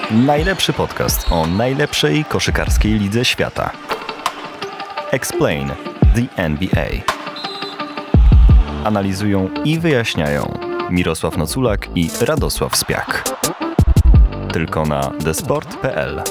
Najlepszy podcast o najlepszej koszykarskiej lidze świata. Explain the NBA. Analizują i wyjaśniają Mirosław Noculak i Radosław Spiak. Tylko na thesport.pl.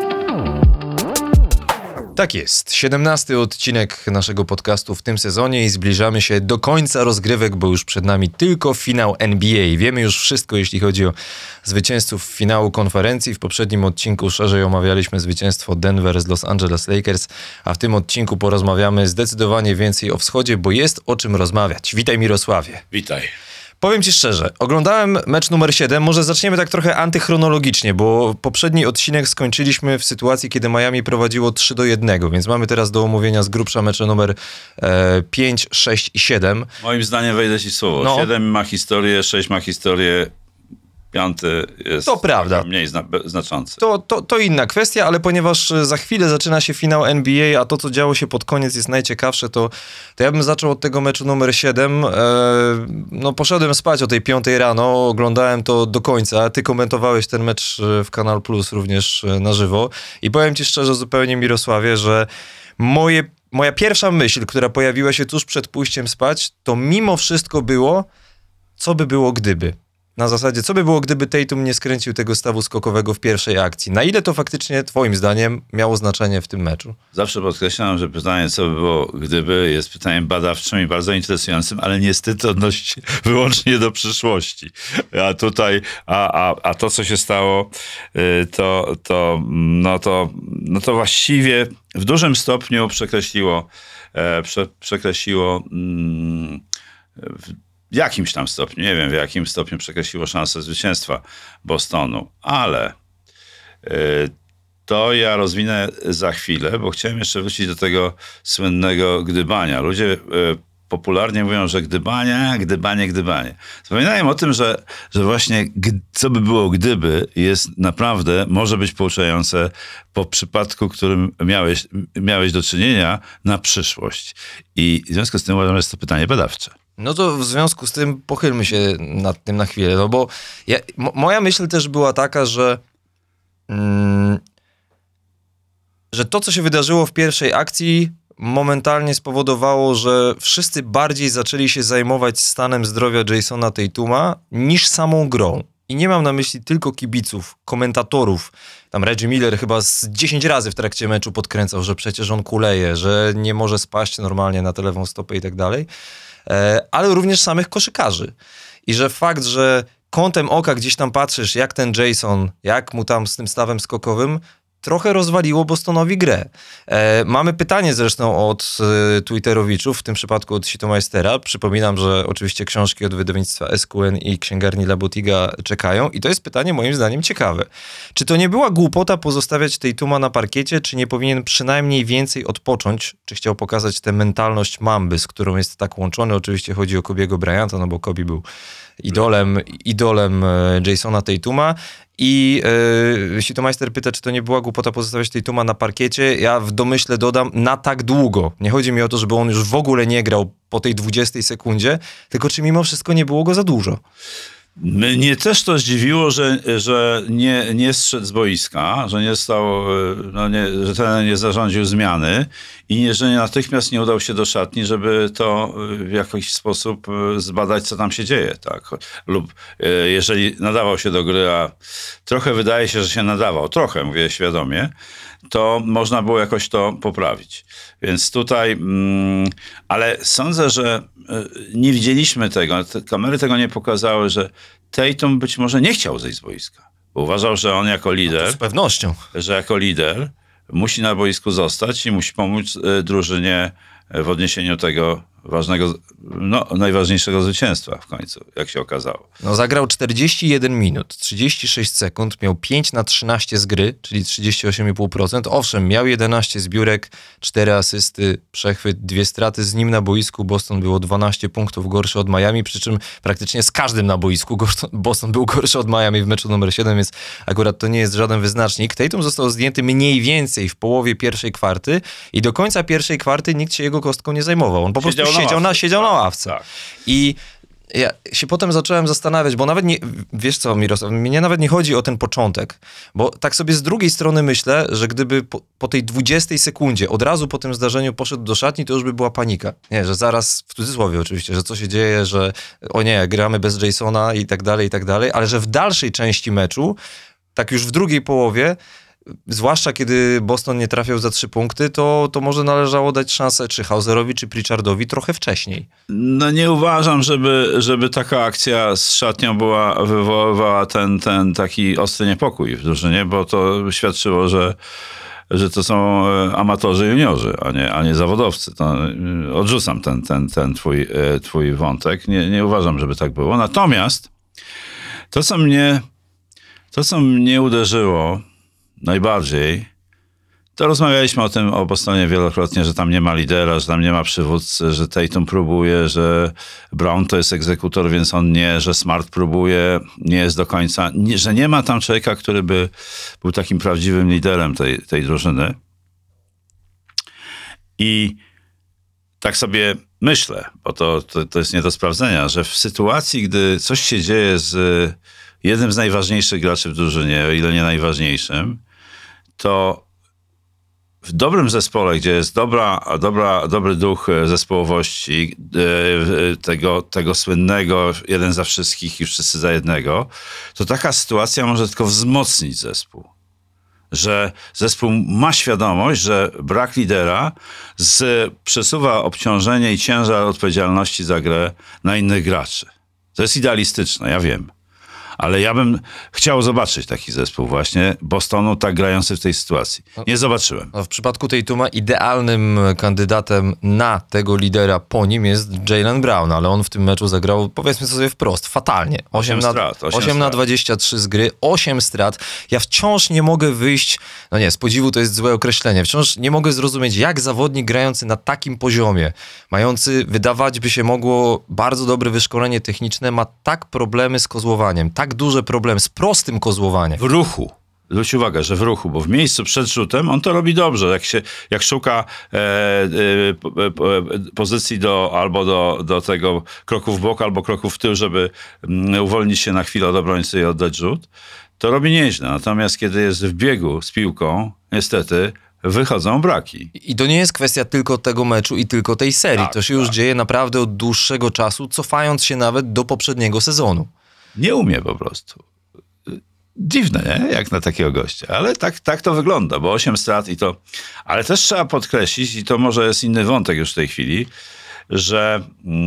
Tak jest, 17 odcinek naszego podcastu w tym sezonie i zbliżamy się do końca rozgrywek, bo już przed nami tylko finał NBA. Wiemy już wszystko, jeśli chodzi o zwycięzców finału konferencji. W poprzednim odcinku szerzej omawialiśmy zwycięstwo Denver z Los Angeles Lakers, a w tym odcinku porozmawiamy zdecydowanie więcej o wschodzie, bo jest o czym rozmawiać. Witaj, Mirosławie. Witaj. Powiem ci szczerze, oglądałem mecz numer 7, może zaczniemy tak trochę antychronologicznie, bo poprzedni odcinek skończyliśmy w sytuacji, kiedy Miami prowadziło 3-1, więc mamy teraz do omówienia z grubsza mecze numer 5, 6 i 7. Moim zdaniem wejdę ci słowo. 7 ma historię, 6 ma historię, 5 jest to prawda. Mniej znaczący. To inna kwestia, ale ponieważ za chwilę zaczyna się finał NBA, a to, co działo się pod koniec jest najciekawsze, to ja bym zaczął od tego meczu numer 7. Poszedłem spać o tej 5 rano, oglądałem to do końca. Ty komentowałeś ten mecz w Kanal Plus również na żywo i powiem ci szczerze zupełnie, Mirosławie, że moja pierwsza myśl, która pojawiła się tuż przed pójściem spać, to mimo wszystko było, co by było gdyby. Na zasadzie, co by było, gdyby Tatum nie skręcił tego stawu skokowego w pierwszej akcji? Na ile to faktycznie, twoim zdaniem, miało znaczenie w tym meczu? Zawsze podkreślam, że pytanie, co by było, gdyby, jest pytaniem badawczym i bardzo interesującym, ale niestety odnosi się wyłącznie do przyszłości. A tutaj, a to, co się stało, to właściwie w dużym stopniu przekreśliło w jakimś tam stopniu, nie wiem w jakim stopniu przekreśliło szansę zwycięstwa Bostonu, ale to ja rozwinę za chwilę, bo chciałem jeszcze wrócić do tego słynnego gdybania. Ludzie popularnie mówią, że gdybanie. Zapominają o tym, że właśnie co by było gdyby jest naprawdę, może być pouczające po przypadku, którym miałeś do czynienia na przyszłość. I w związku z tym uważam, że jest to pytanie badawcze. No to w związku z tym pochylmy się nad tym na chwilę, no bo moja myśl też była taka, że to, co się wydarzyło w pierwszej akcji, momentalnie spowodowało, że wszyscy bardziej zaczęli się zajmować stanem zdrowia Jasona Tatuma niż samą grą. I nie mam na myśli tylko kibiców, komentatorów. Tam Reggie Miller chyba z 10 razy w trakcie meczu podkręcał, że przecież on kuleje, że nie może spaść normalnie na tę lewą stopę i tak dalej. Ale również samych koszykarzy. I że fakt, że kątem oka gdzieś tam patrzysz, jak ten Jason, jak mu tam z tym stawem skokowym, trochę rozwaliło Bostonowi grę. Mamy pytanie zresztą od Twitterowiczów, w tym przypadku od Sitomeistera. Przypominam, że oczywiście książki od wydawnictwa SQN i księgarni La Botiga czekają. I to jest pytanie moim zdaniem ciekawe. Czy to nie była głupota pozostawiać Tatuma na parkiecie, czy nie powinien przynajmniej więcej odpocząć? Czy chciał pokazać tę mentalność Mamby, z którą jest tak łączony? Oczywiście chodzi o Kobiego Bryanta, no bo Kobe był idolem Jasona Tatuma. I Sitomeister pyta, czy to nie była głupota pozostawiać Tatuma na parkiecie. Ja w domyśle dodam, na tak długo. Nie chodzi mi o to, żeby on już w ogóle nie grał po tej 20 sekundzie, tylko czy mimo wszystko nie było go za dużo. Mnie też to zdziwiło, że nie zszedł z boiska, że nie stał, że trener nie zarządził zmiany i że natychmiast nie udał się do szatni, żeby to w jakiś sposób zbadać, co tam się dzieje. Tak? Lub jeżeli nadawał się do gry, a trochę wydaje się, że się nadawał, trochę mówię świadomie, to można było jakoś to poprawić. Więc tutaj, ale sądzę, że nie widzieliśmy tego, te kamery tego nie pokazały, że Tatum być może nie chciał zejść z boiska, bo uważał, że on jako lider, No z pewnością, że jako lider musi na boisku zostać i musi pomóc drużynie w odniesieniu tego ważnego, najważniejszego zwycięstwa w końcu, jak się okazało. No zagrał 41 minut, 36 sekund, miał 5 na 13 z gry, czyli 38,5%. Owszem, miał 11 zbiórek, 4 asysty, przechwyt, 2 straty. Z nim na boisku Boston było 12 punktów gorszy od Miami, przy czym praktycznie z każdym na boisku Boston był gorszy od Miami w meczu numer 7, więc akurat to nie jest żaden wyznacznik. Tatum został zdjęty mniej więcej w połowie pierwszej kwarty i do końca pierwszej kwarty nikt się jego kostką nie zajmował. On po prostu siedział na ławce. Tak. I Ja się potem zacząłem zastanawiać, bo nawet nie, wiesz co, Mirosław, mnie nawet nie chodzi o ten początek, bo tak sobie z drugiej strony myślę, że gdyby po tej 20 sekundzie od razu po tym zdarzeniu poszedł do szatni, to już by była panika. Nie, że zaraz, w cudzysłowie oczywiście, że co się dzieje, że o nie, gramy bez Jasona i tak dalej, ale że w dalszej części meczu, tak już w drugiej połowie, zwłaszcza kiedy Boston nie trafiał za 3 punkty, to może należało dać szansę czy Hauserowi, czy Pritchardowi trochę wcześniej. No nie uważam, żeby taka akcja z szatnią wywoływała ten taki ostry niepokój w drużynie, bo to świadczyło, że to są amatorzy juniorzy, a nie zawodowcy. To odrzucam ten twój wątek. Nie uważam, żeby tak było. Natomiast to, co mnie uderzyło najbardziej, to rozmawialiśmy o Bostonie wielokrotnie, że tam nie ma lidera, że tam nie ma przywódcy, że Tatum próbuje, że Brown to jest egzekutor, więc on nie, że Smart próbuje, nie jest do końca, że nie ma tam człowieka, który by był takim prawdziwym liderem tej drużyny. I tak sobie myślę, bo to jest nie do sprawdzenia, że w sytuacji, gdy coś się dzieje z jednym z najważniejszych graczy w drużynie, o ile nie najważniejszym, to w dobrym zespole, gdzie jest dobry duch zespołowości, tego słynnego jeden za wszystkich i wszyscy za jednego, to taka sytuacja może tylko wzmocnić zespół. Że zespół ma świadomość, że brak lidera przesuwa obciążenie i ciężar odpowiedzialności za grę na innych graczy. To jest idealistyczne, ja wiem. Ale ja bym chciał zobaczyć taki zespół właśnie Bostonu tak grający w tej sytuacji. Nie zobaczyłem. No w przypadku Tatuma idealnym kandydatem na tego lidera po nim jest Jaylen Brown, ale on w tym meczu zagrał, powiedzmy sobie wprost, fatalnie. 8 na 23 z gry, 8 strat. Ja wciąż nie mogę wyjść, no nie, z podziwu to jest złe określenie, wciąż nie mogę zrozumieć, jak zawodnik grający na takim poziomie, mający, wydawać by się mogło, bardzo dobre wyszkolenie techniczne, ma tak problemy z kozłowaniem, tak duże problemy z prostym kozłowaniem. W ruchu. Zwróć uwagę, że w ruchu, bo w miejscu przed rzutem on to robi dobrze. Jak szuka pozycji albo do tego kroku w bok, albo kroku w tył, żeby uwolnić się na chwilę od obrońcy i oddać rzut, to robi nieźle. Natomiast kiedy jest w biegu z piłką, niestety wychodzą braki. I to nie jest kwestia tylko tego meczu i tylko tej serii. To się już dzieje naprawdę od dłuższego czasu, cofając się nawet do poprzedniego sezonu. Nie umie po prostu. Dziwne, nie? Jak na takiego gościa. Ale tak to wygląda, bo 8 strat i to... Ale też trzeba podkreślić, i to może jest inny wątek już w tej chwili, że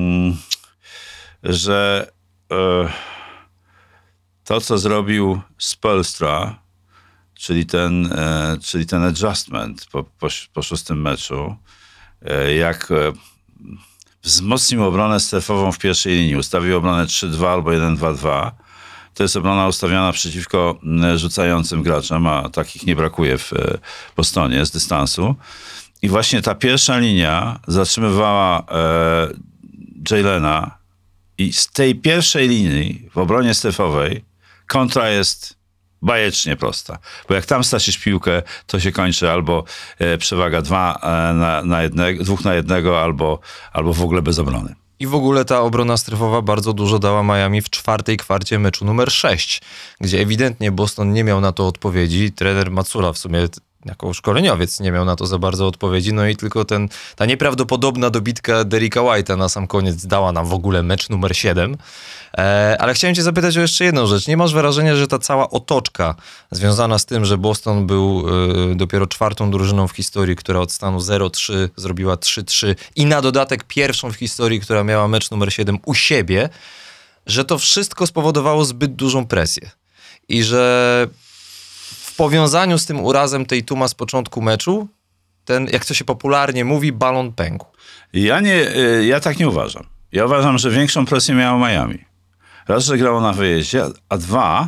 to, co zrobił Spoelstra, czyli ten adjustment po 6 meczu, jak wzmocnił obronę strefową w pierwszej linii, ustawił obronę 3-2 albo 1-2-2, to jest obrona ustawiona przeciwko rzucającym graczom, a takich nie brakuje w Bostonie z dystansu. I właśnie ta pierwsza linia zatrzymywała Jaylena i z tej pierwszej linii w obronie strefowej kontra jest bajecznie prosta. Bo jak tam stracisz piłkę, to się kończy albo przewaga 2 na 1, albo w ogóle bez obrony. I w ogóle ta obrona strefowa bardzo dużo dała Miami w 4. kwarcie meczu numer 6, gdzie ewidentnie Boston nie miał na to odpowiedzi. Trener Matsula w sumie jako szkoleniowiec nie miał na to za bardzo odpowiedzi, no i tylko ta nieprawdopodobna dobitka Derricka White'a na sam koniec dała nam w ogóle mecz numer 7. Ale chciałem cię zapytać o jeszcze jedną rzecz. Nie masz wrażenia, że ta cała otoczka związana z tym, że Boston był dopiero 4. drużyną w historii, która od stanu 0-3 zrobiła 3-3 i na dodatek pierwszą w historii, która miała mecz numer 7 u siebie, że to wszystko spowodowało zbyt dużą presję i że w powiązaniu z tym urazem Tatuma z początku meczu, ten, jak to się popularnie mówi, balon pękł. Ja tak nie uważam. Ja uważam, że większą presję miało Miami. Raz, że grało na wyjeździe, a 2,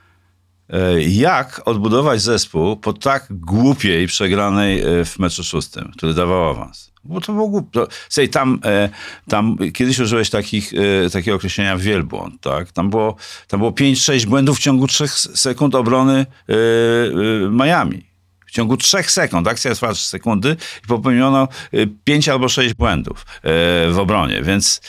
jak odbudować zespół po tak głupiej przegranej w meczu 6, który dawał awans. Bo to było głupie. Tam kiedyś użyłeś takiego określenia wielbłąd, tak? Tam było 5-6 błędów w ciągu 3 sekund obrony Miami. W ciągu 3 sekund, akcja trwała 3 sekundy i popełniono 5 albo 6 błędów w obronie, więc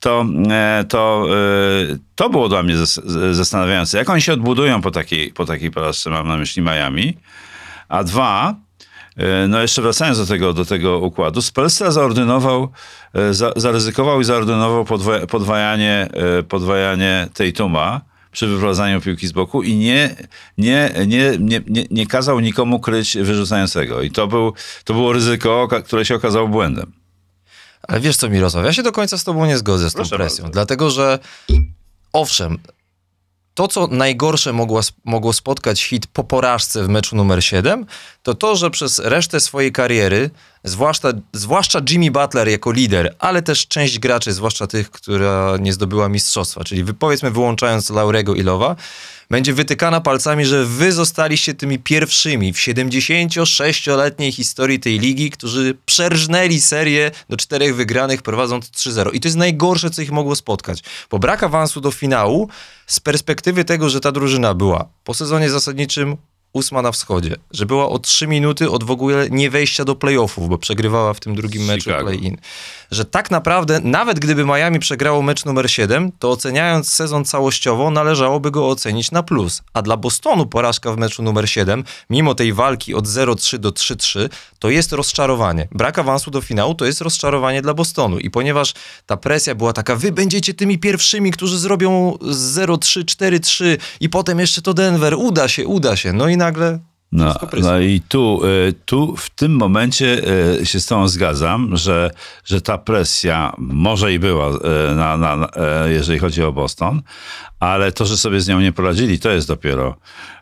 to było dla mnie zastanawiające. Jak oni się odbudują po takiej porażce, mam na myśli Miami. A 2, no jeszcze wracając do tego układu, Spolstra zaryzykował i zaordynował podwajanie Tatuma przy wyprowadzaniu piłki z boku i nie kazał nikomu kryć wyrzucającego. I to było ryzyko, które się okazało błędem. Ale wiesz co, Mirosław, ja się do końca z tobą nie zgodzę z tą presją. Bardzo. Dlatego, że owszem, to, co najgorsze mogło spotkać Heat po porażce w meczu numer 7, to, że przez resztę swojej kariery, zwłaszcza Jimmy Butler jako lider, ale też część graczy, zwłaszcza tych, która nie zdobyła mistrzostwa, czyli powiedzmy wyłączając Laurego i Lowa, będzie wytykana palcami, że wy zostaliście tymi pierwszymi w 76-letniej historii tej ligi, którzy przerżnęli serię do 4 wygranych, prowadząc 3-0. I to jest najgorsze, co ich mogło spotkać. Bo brak awansu do finału z perspektywy tego, że ta drużyna była po sezonie zasadniczym 8 na wschodzie, że była o 3 minuty od w ogóle nie wejścia do playoffów, bo przegrywała w tym drugim meczu play-in. Że tak naprawdę, nawet gdyby Miami przegrało mecz numer 7, to oceniając sezon całościowo, należałoby go ocenić na plus. A dla Bostonu porażka w meczu numer 7, mimo tej walki od 0-3 do 3-3, to jest rozczarowanie. Brak awansu do finału to jest rozczarowanie dla Bostonu. I ponieważ ta presja była taka, wy będziecie tymi pierwszymi, którzy zrobią 0-3, 4-3 i potem jeszcze to Denver, uda się. No i nagle... No i tu w tym momencie się z tobą zgadzam, że ta presja może i była, jeżeli chodzi o Boston, ale to, że sobie z nią nie poradzili, to jest dopiero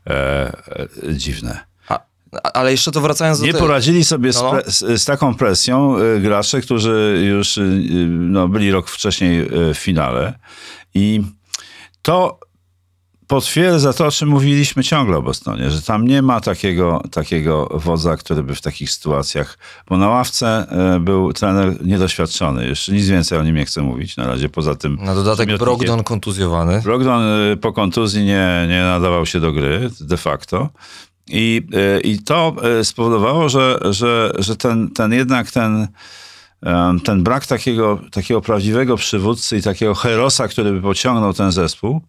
dziwne. Ale jeszcze to wracając do Nie poradzili sobie z taką presją gracze, którzy już byli rok wcześniej w finale i to potwierdza to, o czym mówiliśmy ciągle o Bostonie, że tam nie ma takiego wodza, który by w takich sytuacjach, bo na ławce był trener niedoświadczony. Jeszcze nic więcej o nim nie chcę mówić na razie, poza tym... Na dodatek Brogdon kontuzjowany. Brogdon po kontuzji nie nadawał się do gry de facto. I to spowodowało, że ten brak takiego prawdziwego przywódcy i takiego herosa, który by pociągnął ten zespół,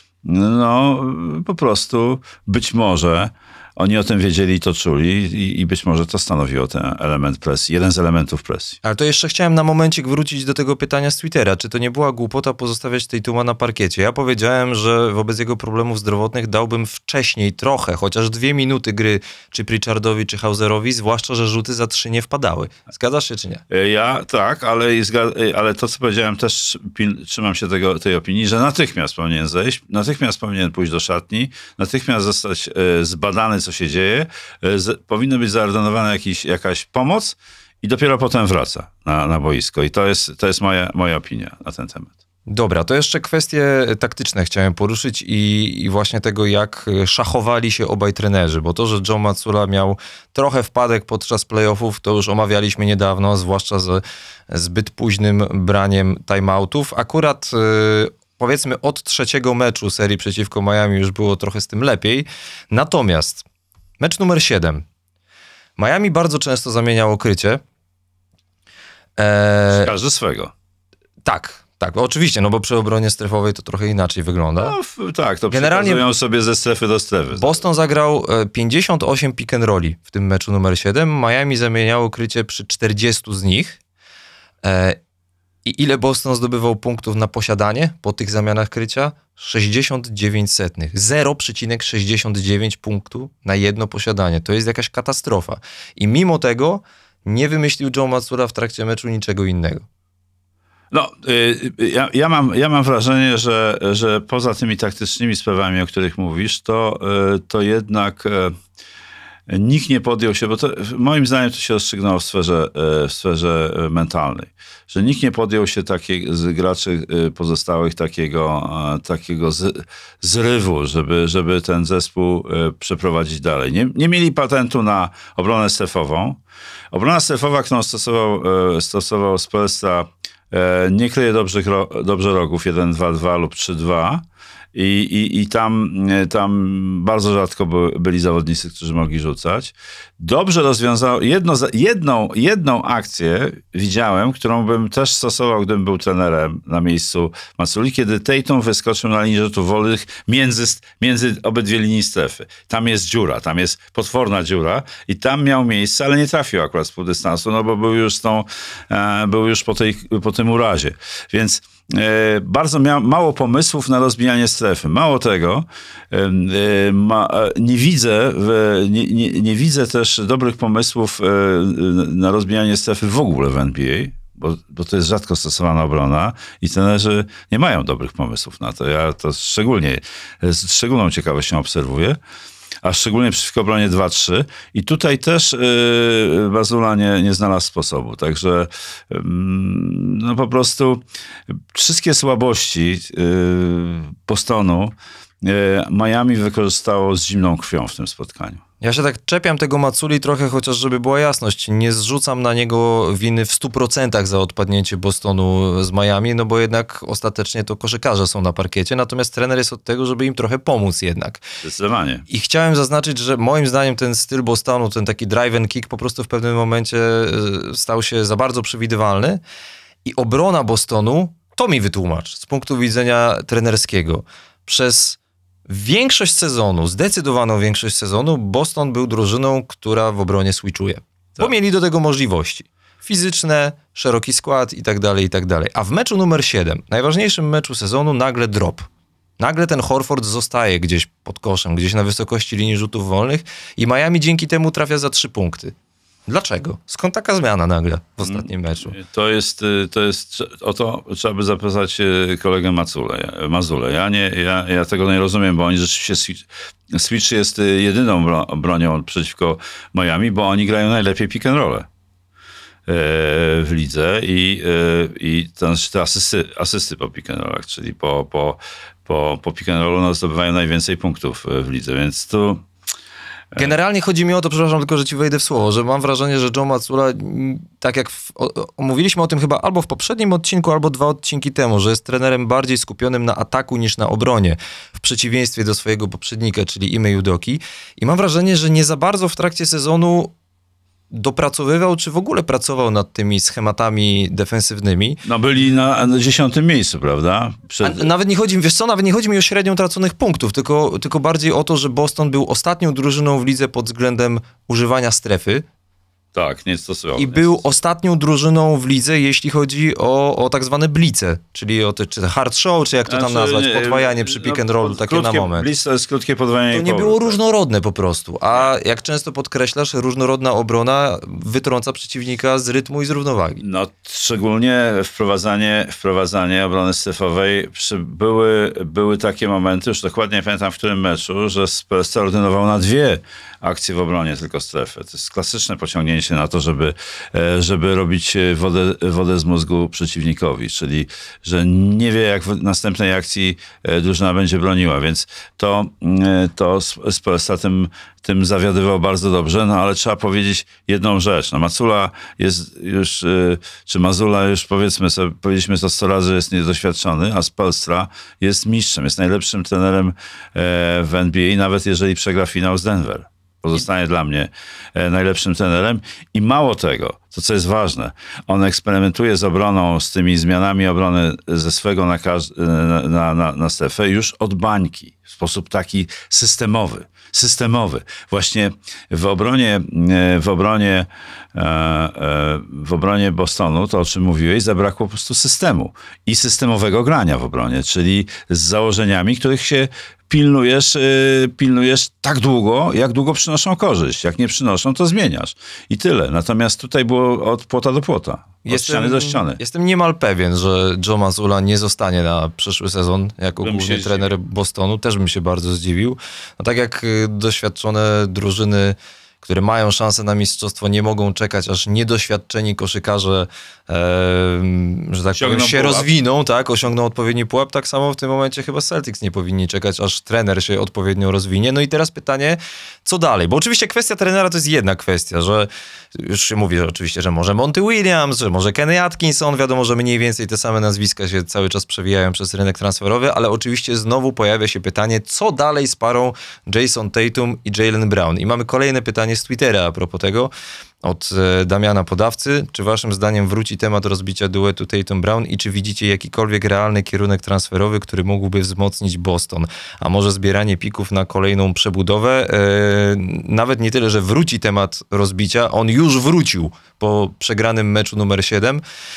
po prostu być może oni o tym wiedzieli i to czuli i być może to stanowiło ten element presji, jeden z elementów presji. Ale to jeszcze chciałem na momencik wrócić do tego pytania z Twittera. Czy to nie była głupota pozostawiać Tatuma na parkiecie? Ja powiedziałem, że wobec jego problemów zdrowotnych dałbym wcześniej trochę, chociaż 2 minuty gry czy Pritchardowi, czy Hauserowi, zwłaszcza, że rzuty za 3 nie wpadały. Zgadzasz się, czy nie? Ja tak, ale to, co powiedziałem, też trzymam się tej opinii, że natychmiast powinien zejść, natychmiast powinien pójść do szatni, natychmiast zostać zbadany, co się dzieje, powinna być zaordynowana jakaś pomoc i dopiero potem wraca na boisko. I to jest moja opinia na ten temat. Dobra, to jeszcze kwestie taktyczne chciałem poruszyć i właśnie tego, jak szachowali się obaj trenerzy, bo to, że Joe Mazzulla miał trochę wpadek podczas playoffów, to już omawialiśmy niedawno, zwłaszcza ze zbyt późnym braniem timeoutów. Akurat powiedzmy od 3. meczu serii przeciwko Miami już było trochę z tym lepiej. Natomiast mecz numer 7. Miami bardzo często zamieniało krycie. Każdy swego. Tak, oczywiście, bo przy obronie strefowej to trochę inaczej wygląda. To generalnie sobie ze strefy do strefy. Boston zagrał 58 pick and rolli w tym meczu numer 7. Miami zamieniało krycie przy 40 z nich. I ile Boston zdobywał punktów na posiadanie po tych zamianach krycia? 0,69. 0,69 punktu na jedno posiadanie. To jest jakaś katastrofa. I mimo tego nie wymyślił Joe Mazzulla w trakcie meczu niczego innego. Ja mam wrażenie, że poza tymi taktycznymi sprawami, o których mówisz, to jednak nikt nie podjął się, bo to moim zdaniem to się rozstrzygnęło w sferze mentalnej, że nikt nie podjął się z graczy pozostałych takiego zrywu, żeby ten zespół przeprowadzić dalej. Nie mieli patentu na obronę strefową. Obrona strefowa, którą stosował Spolstra, nie kryje dobrze rogów 1-2-2 lub 3-2, I tam bardzo rzadko byli zawodnicy, którzy mogli rzucać. Dobrze rozwiązał. Jedną akcję widziałem, którą bym też stosował, gdybym był trenerem na miejscu Matsuli, kiedy Tatum wyskoczył na linię rzutów wolnych między obydwie linii strefy. Tam jest dziura, tam jest potworna dziura i tam miał miejsce, ale nie trafił akurat z półdystansu, no bo był już po tym urazie. Więc bardzo mało pomysłów na rozbijanie strefy. Mało tego, nie widzę też dobrych pomysłów na rozbijanie strefy w ogóle w NBA, bo to jest rzadko stosowana obrona i trenerzy nie mają dobrych pomysłów na to. Ja to z szczególną ciekawością obserwuję. A szczególnie przeciwko obronie 2-3. I tutaj też Mazula nie znalazł sposobu. Także no po prostu wszystkie słabości Bostonu Miami wykorzystało z zimną krwią w tym spotkaniu. Ja się tak czepiam tego Matsuli trochę, chociaż żeby była jasność, nie zrzucam na niego winy w 100% za odpadnięcie Bostonu z Miami, no bo jednak ostatecznie to koszykarze są na parkiecie, natomiast trener jest od tego, żeby im trochę pomóc jednak. Zdecydowanie. I chciałem zaznaczyć, że moim zdaniem ten styl Bostonu, ten taki drive and kick po prostu w pewnym momencie stał się za bardzo przewidywalny i obrona Bostonu, to mi wytłumacz z punktu widzenia trenerskiego. Przez większość sezonu, zdecydowaną większość sezonu, Boston był drużyną, która w obronie switchuje. Bo mieli do tego możliwości. Fizyczne, szeroki skład i tak dalej, i tak dalej. A w meczu numer 7, najważniejszym meczu sezonu, nagle drop. Nagle ten Horford zostaje gdzieś pod koszem, gdzieś na wysokości linii rzutów wolnych i Miami dzięki temu trafia za 3 punkty. Dlaczego? Skąd taka zmiana nagle w ostatnim meczu? To jest o to trzeba by zapytać kolegę Mazulę. Ja tego nie rozumiem, bo oni rzeczywiście switch jest jedyną bronią przeciwko Miami, bo oni grają najlepiej pick and roll w lidze i te asysty po pick and rollach, czyli po pick and rollu no, zdobywają najwięcej punktów w lidze, więc tu generalnie chodzi mi o to, przepraszam, tylko że ci wejdę w słowo, że mam wrażenie, że Joe Mazzulla, tak jak mówiliśmy o tym chyba albo w poprzednim odcinku, albo 2 odcinki temu, że jest trenerem bardziej skupionym na ataku niż na obronie, w przeciwieństwie do swojego poprzednika, czyli Ime Udoki. I mam wrażenie, że nie za bardzo w trakcie sezonu dopracowywał, czy w ogóle pracował nad tymi schematami defensywnymi. No byli na 10. miejscu, prawda? Nawet nie chodzi mi o średnią traconych punktów, tylko bardziej o to, że Boston był ostatnią drużyną w lidze pod względem używania strefy. Tak, nie stosował. I był ostatnią drużyną w lidze, jeśli chodzi o tak zwane blice, czyli o te czy hard show, czy jak to tam nazwać, podwajanie przy pick and rollu, takie na moment. Blitz to jest krótkie podwajanie. To nie było różnorodne po prostu, a jak często podkreślasz, różnorodna obrona wytrąca przeciwnika z rytmu i z równowagi. No, szczególnie wprowadzanie obrony strefowej. Były takie momenty, już dokładnie nie pamiętam w którym meczu, że Spurs ordynował na 2 akcje w obronie tylko strefy. To jest klasyczne pociągnięcie na to, żeby robić wodę z mózgu przeciwnikowi, czyli że nie wie, jak w następnej akcji drużyna będzie broniła, więc to Spolstra tym zawiadywał bardzo dobrze, no ale trzeba powiedzieć jedną rzecz. No Mazzulla jest już, czy Mazzulla już powiedzieliśmy to 100 razy, jest niedoświadczony, a Spolstra jest mistrzem, jest najlepszym trenerem w NBA, nawet jeżeli przegra finał z Denver. Pozostanie dla mnie najlepszym trenerem i mało tego, to co jest ważne, on eksperymentuje z obroną, z tymi zmianami obrony ze swego na strefę już od bańki, w sposób taki systemowy. Właśnie w obronie Bostonu, to o czym mówiłeś, zabrakło po prostu systemu i systemowego grania w obronie, czyli z założeniami, których się pilnujesz tak długo, jak długo przynoszą korzyść. Jak nie przynoszą, to zmieniasz. I tyle. Natomiast tutaj było od płota do płota. Od ściany do ściany. Jestem niemal pewien, że Joe Mazzulla nie zostanie na przyszły sezon jako główny trener Bostonu. Też bym się bardzo zdziwił. No tak jak doświadczone drużyny które mają szansę na mistrzostwo, nie mogą czekać, aż niedoświadczeni koszykarze, że tak powiem, się rozwiną, tak, osiągną odpowiedni pułap. Tak samo w tym momencie chyba Celtics nie powinni czekać, aż trener się odpowiednio rozwinie. No i teraz pytanie, co dalej? Bo oczywiście kwestia trenera to jest jedna kwestia, że już się mówi, że oczywiście, że może Monty Williams, że może Kenny Atkinson, wiadomo, że mniej więcej te same nazwiska się cały czas przewijają przez rynek transferowy, ale oczywiście znowu pojawia się pytanie, co dalej z parą Jason Tatum i Jaylen Brown. I mamy kolejne pytanie z Twittera a propos tego, od Damiana Podawcy. Czy waszym zdaniem wróci temat rozbicia duetu Tatum-Brown i czy widzicie jakikolwiek realny kierunek transferowy, który mógłby wzmocnić Boston? A może zbieranie pików na kolejną przebudowę? Nawet nie tyle, że wróci temat rozbicia, on już wrócił po przegranym meczu numer 7.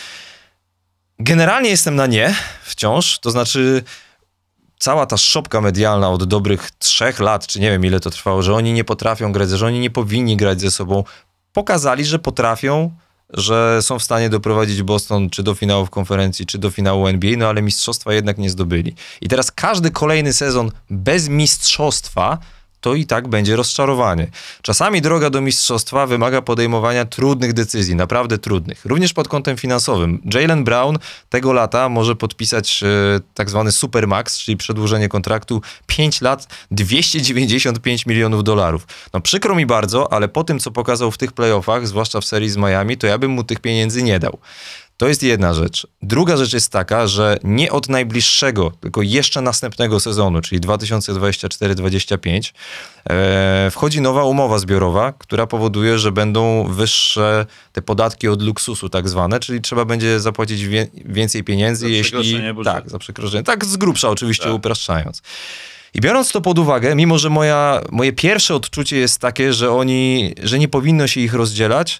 Generalnie jestem na nie wciąż, to znaczy cała ta szopka medialna od dobrych 3 lat, czy nie wiem ile to trwało, że oni nie potrafią grać, że oni nie powinni grać ze sobą, pokazali, że potrafią, że są w stanie doprowadzić Boston czy do finałów konferencji, czy do finału NBA, no ale mistrzostwa jednak nie zdobyli. I teraz każdy kolejny sezon bez mistrzostwa to i tak będzie rozczarowanie. Czasami droga do mistrzostwa wymaga podejmowania trudnych decyzji, naprawdę trudnych. Również pod kątem finansowym. Jaylen Brown tego lata może podpisać tak zwany supermax, czyli przedłużenie kontraktu 5 lat, $295 milionów. No przykro mi bardzo, ale po tym, co pokazał w tych playoffach, zwłaszcza w serii z Miami, to ja bym mu tych pieniędzy nie dał. To jest jedna rzecz. Druga rzecz jest taka, że nie od najbliższego, tylko jeszcze następnego sezonu, czyli 2024-25, wchodzi nowa umowa zbiorowa, która powoduje, że będą wyższe te podatki od luksusu tak zwane, czyli trzeba będzie zapłacić więcej pieniędzy, jeśli... Tak, za przekroczenie. Tak z grubsza oczywiście upraszczając. I biorąc to pod uwagę, mimo że moje pierwsze odczucie jest takie, że nie powinno się ich rozdzielać,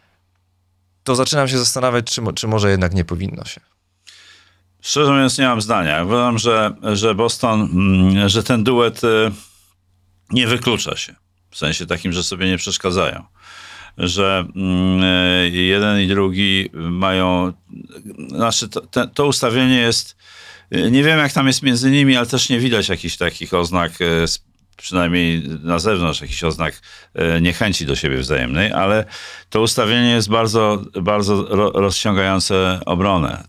to zaczynam się zastanawiać, czy może jednak nie powinno się. Szczerze mówiąc, nie mam zdania. Uważam, że Boston, że ten duet nie wyklucza się. W sensie takim, że sobie nie przeszkadzają. Że jeden i drugi mają... Znaczy, to ustawienie jest... Nie wiem, jak tam jest między nimi, ale też nie widać jakichś takich oznak, przynajmniej na zewnątrz, jakichś oznak niechęci do siebie wzajemnej, ale to ustawienie jest bardzo, bardzo rozciągające obronę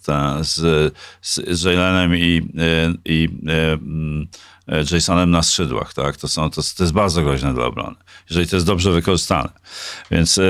z Jaylenem i Jasonem na skrzydłach, tak? To jest bardzo groźne dla obrony, jeżeli to jest dobrze wykorzystane. Więc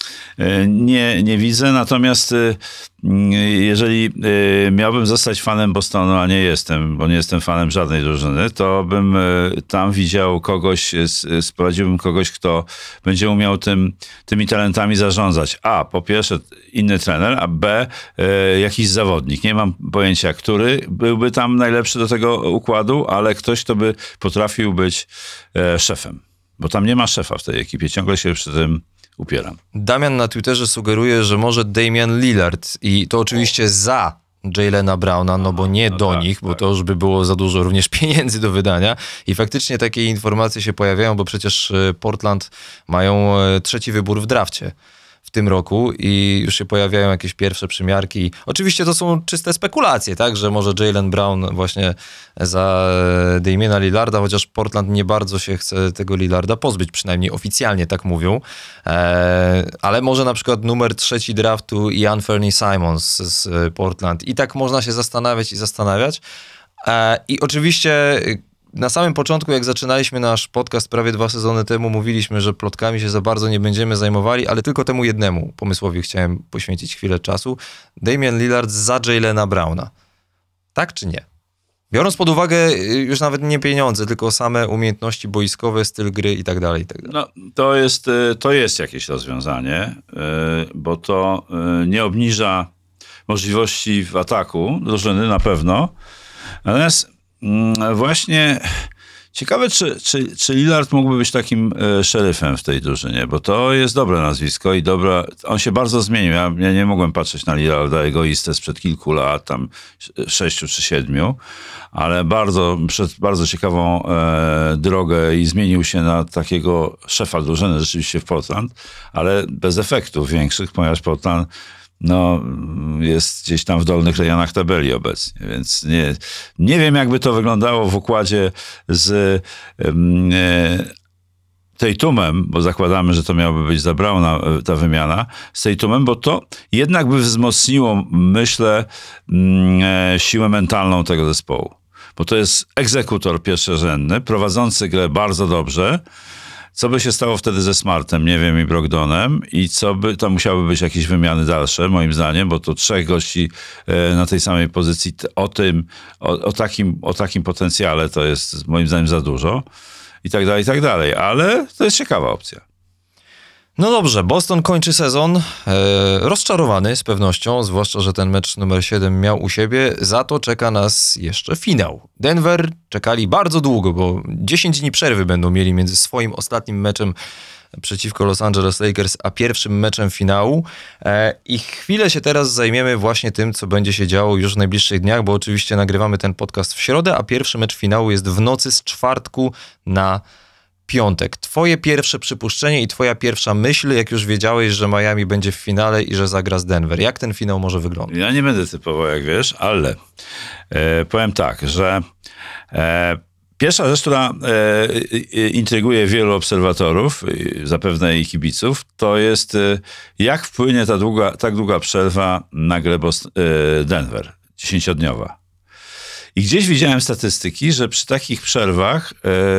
nie widzę, natomiast jeżeli miałbym zostać fanem Bostonu, a nie jestem, bo nie jestem fanem żadnej drużyny, to bym tam widział kogoś, sprowadziłbym kogoś, kto będzie umiał tymi talentami zarządzać. A, po pierwsze inny trener, a B, jakiś zawodnik. Nie mam pojęcia, który byłby tam najlepszy do tego układu, ale ktoś, kto by potrafił być szefem. Bo tam nie ma szefa w tej ekipie. Ciągle się przy tym upieram. Damian na Twitterze sugeruje, że może Damian Lillard i to oczywiście za Jaylena Browna, no bo nie do nich, bo to już by było za dużo również pieniędzy do wydania. I faktycznie takie informacje się pojawiają, bo przecież Portland mają 3. wybór w drafcie w tym roku i już się pojawiają jakieś pierwsze przymiarki. Oczywiście to są czyste spekulacje, tak, że może Jaylen Brown właśnie za Damiana Lillarda, chociaż Portland nie bardzo się chce tego Lillarda pozbyć, przynajmniej oficjalnie tak mówią, ale może na przykład numer 3 draftu i Anthony Simons z Portland. I tak można się zastanawiać i zastanawiać. I oczywiście na samym początku, jak zaczynaliśmy nasz podcast prawie 2 sezony temu, mówiliśmy, że plotkami się za bardzo nie będziemy zajmowali, ale tylko temu jednemu pomysłowi chciałem poświęcić chwilę czasu. Damian Lillard za Jaylena Browna. Tak czy nie? Biorąc pod uwagę już nawet nie pieniądze, tylko same umiejętności boiskowe, styl gry i tak dalej, i tak dalej. No, to jest jakieś rozwiązanie, bo to nie obniża możliwości w ataku drużyny na pewno. Natomiast właśnie ciekawe, czy Lillard mógłby być takim szeryfem w tej drużynie, bo to jest dobre nazwisko i on się bardzo zmienił. Ja nie mogłem patrzeć na Lillarda egoistę sprzed kilku lat, tam 6 czy 7, ale przed bardzo ciekawą drogę i zmienił się na takiego szefa drużyny rzeczywiście w Portland, ale bez efektów większych, ponieważ Portland jest gdzieś tam w dolnych rejonach tabeli obecnie, więc nie wiem, jakby to wyglądało w układzie z Tatumem, bo zakładamy, że to miałoby być za Browna ta wymiana, z Tatumem, bo to jednak by wzmocniło, myślę, siłę mentalną tego zespołu. Bo to jest egzekutor pierwszorzędny, prowadzący grę bardzo dobrze. Co by się stało wtedy ze Smartem, nie wiem, i Brogdonem i tam musiałyby być jakieś wymiany dalsze, moim zdaniem, bo to 3 gości na tej samej pozycji o takim potencjale to jest moim zdaniem za dużo i tak dalej, ale to jest ciekawa opcja. No dobrze, Boston kończy sezon rozczarowany z pewnością, zwłaszcza, że ten mecz numer 7 miał u siebie, za to czeka nas jeszcze finał. Denver czekali bardzo długo, bo 10 dni przerwy będą mieli między swoim ostatnim meczem przeciwko Los Angeles Lakers, a pierwszym meczem finału. I chwilę się teraz zajmiemy właśnie tym, co będzie się działo już w najbliższych dniach, bo oczywiście nagrywamy ten podcast w środę, a pierwszy mecz finału jest w nocy z czwartku na piątek. Twoje pierwsze przypuszczenie i twoja pierwsza myśl, jak już wiedziałeś, że Miami będzie w finale i że zagra z Denver. Jak ten finał może wyglądać? Ja nie będę typował, jak wiesz, ale powiem tak, że pierwsza rzecz, która intryguje wielu obserwatorów, zapewne i kibiców, to jest jak wpłynie tak długa przerwa na grę Denver, 10-dniowa. I gdzieś widziałem statystyki, że przy takich przerwach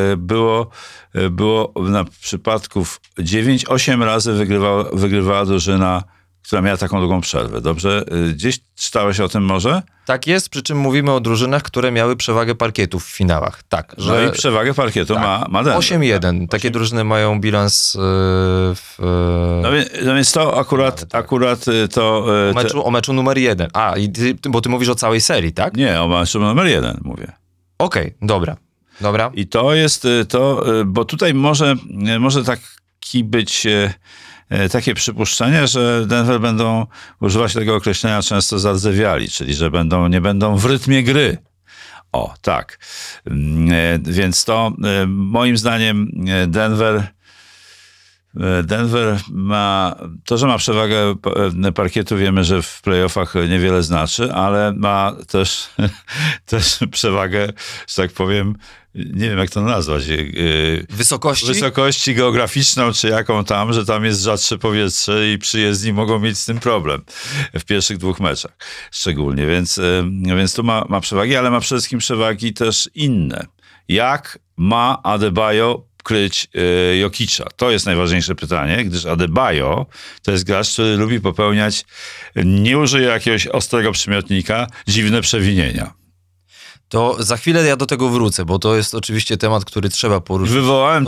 było na przypadków 9-8 razy wygrywała drużyna, która miała taką długą przerwę. Dobrze? Gdzieś czytałeś o tym może? Tak jest, przy czym mówimy o drużynach, które miały przewagę parkietu w finałach. Tak, że... No i przewagę parkietu tak, ma Denver. 8-1. Tak. Takie drużyny mają bilans No więc to akurat to... O meczu numer 1. Bo ty mówisz o całej serii, tak? Nie, o meczu numer 1 mówię. Okej, dobra. I to jest to, bo tutaj może taki być... takie przypuszczenie, że Denver będą używać tego określenia często zardzewiali, czyli że nie będą w rytmie gry. O, tak. Więc to moim zdaniem Denver ma, to, że ma przewagę parkietu, wiemy, że w playoffach niewiele znaczy, ale ma też przewagę, że tak powiem, nie wiem jak to nazwać. Wysokości geograficzną, czy jaką tam, że tam jest rzadsze powietrze i przyjezdni mogą mieć z tym problem w pierwszych 2 meczach szczególnie, więc tu ma przewagi, ale ma przede wszystkim przewagi też inne. Jak ma Adebayo kryć Jokicza? To jest najważniejsze pytanie, gdyż Adebayo to jest gracz, który lubi popełniać, nie użyje jakiegoś ostrego przymiotnika, dziwne przewinienia. To za chwilę ja do tego wrócę, bo to jest oczywiście temat, który trzeba poruszyć. Wywołałem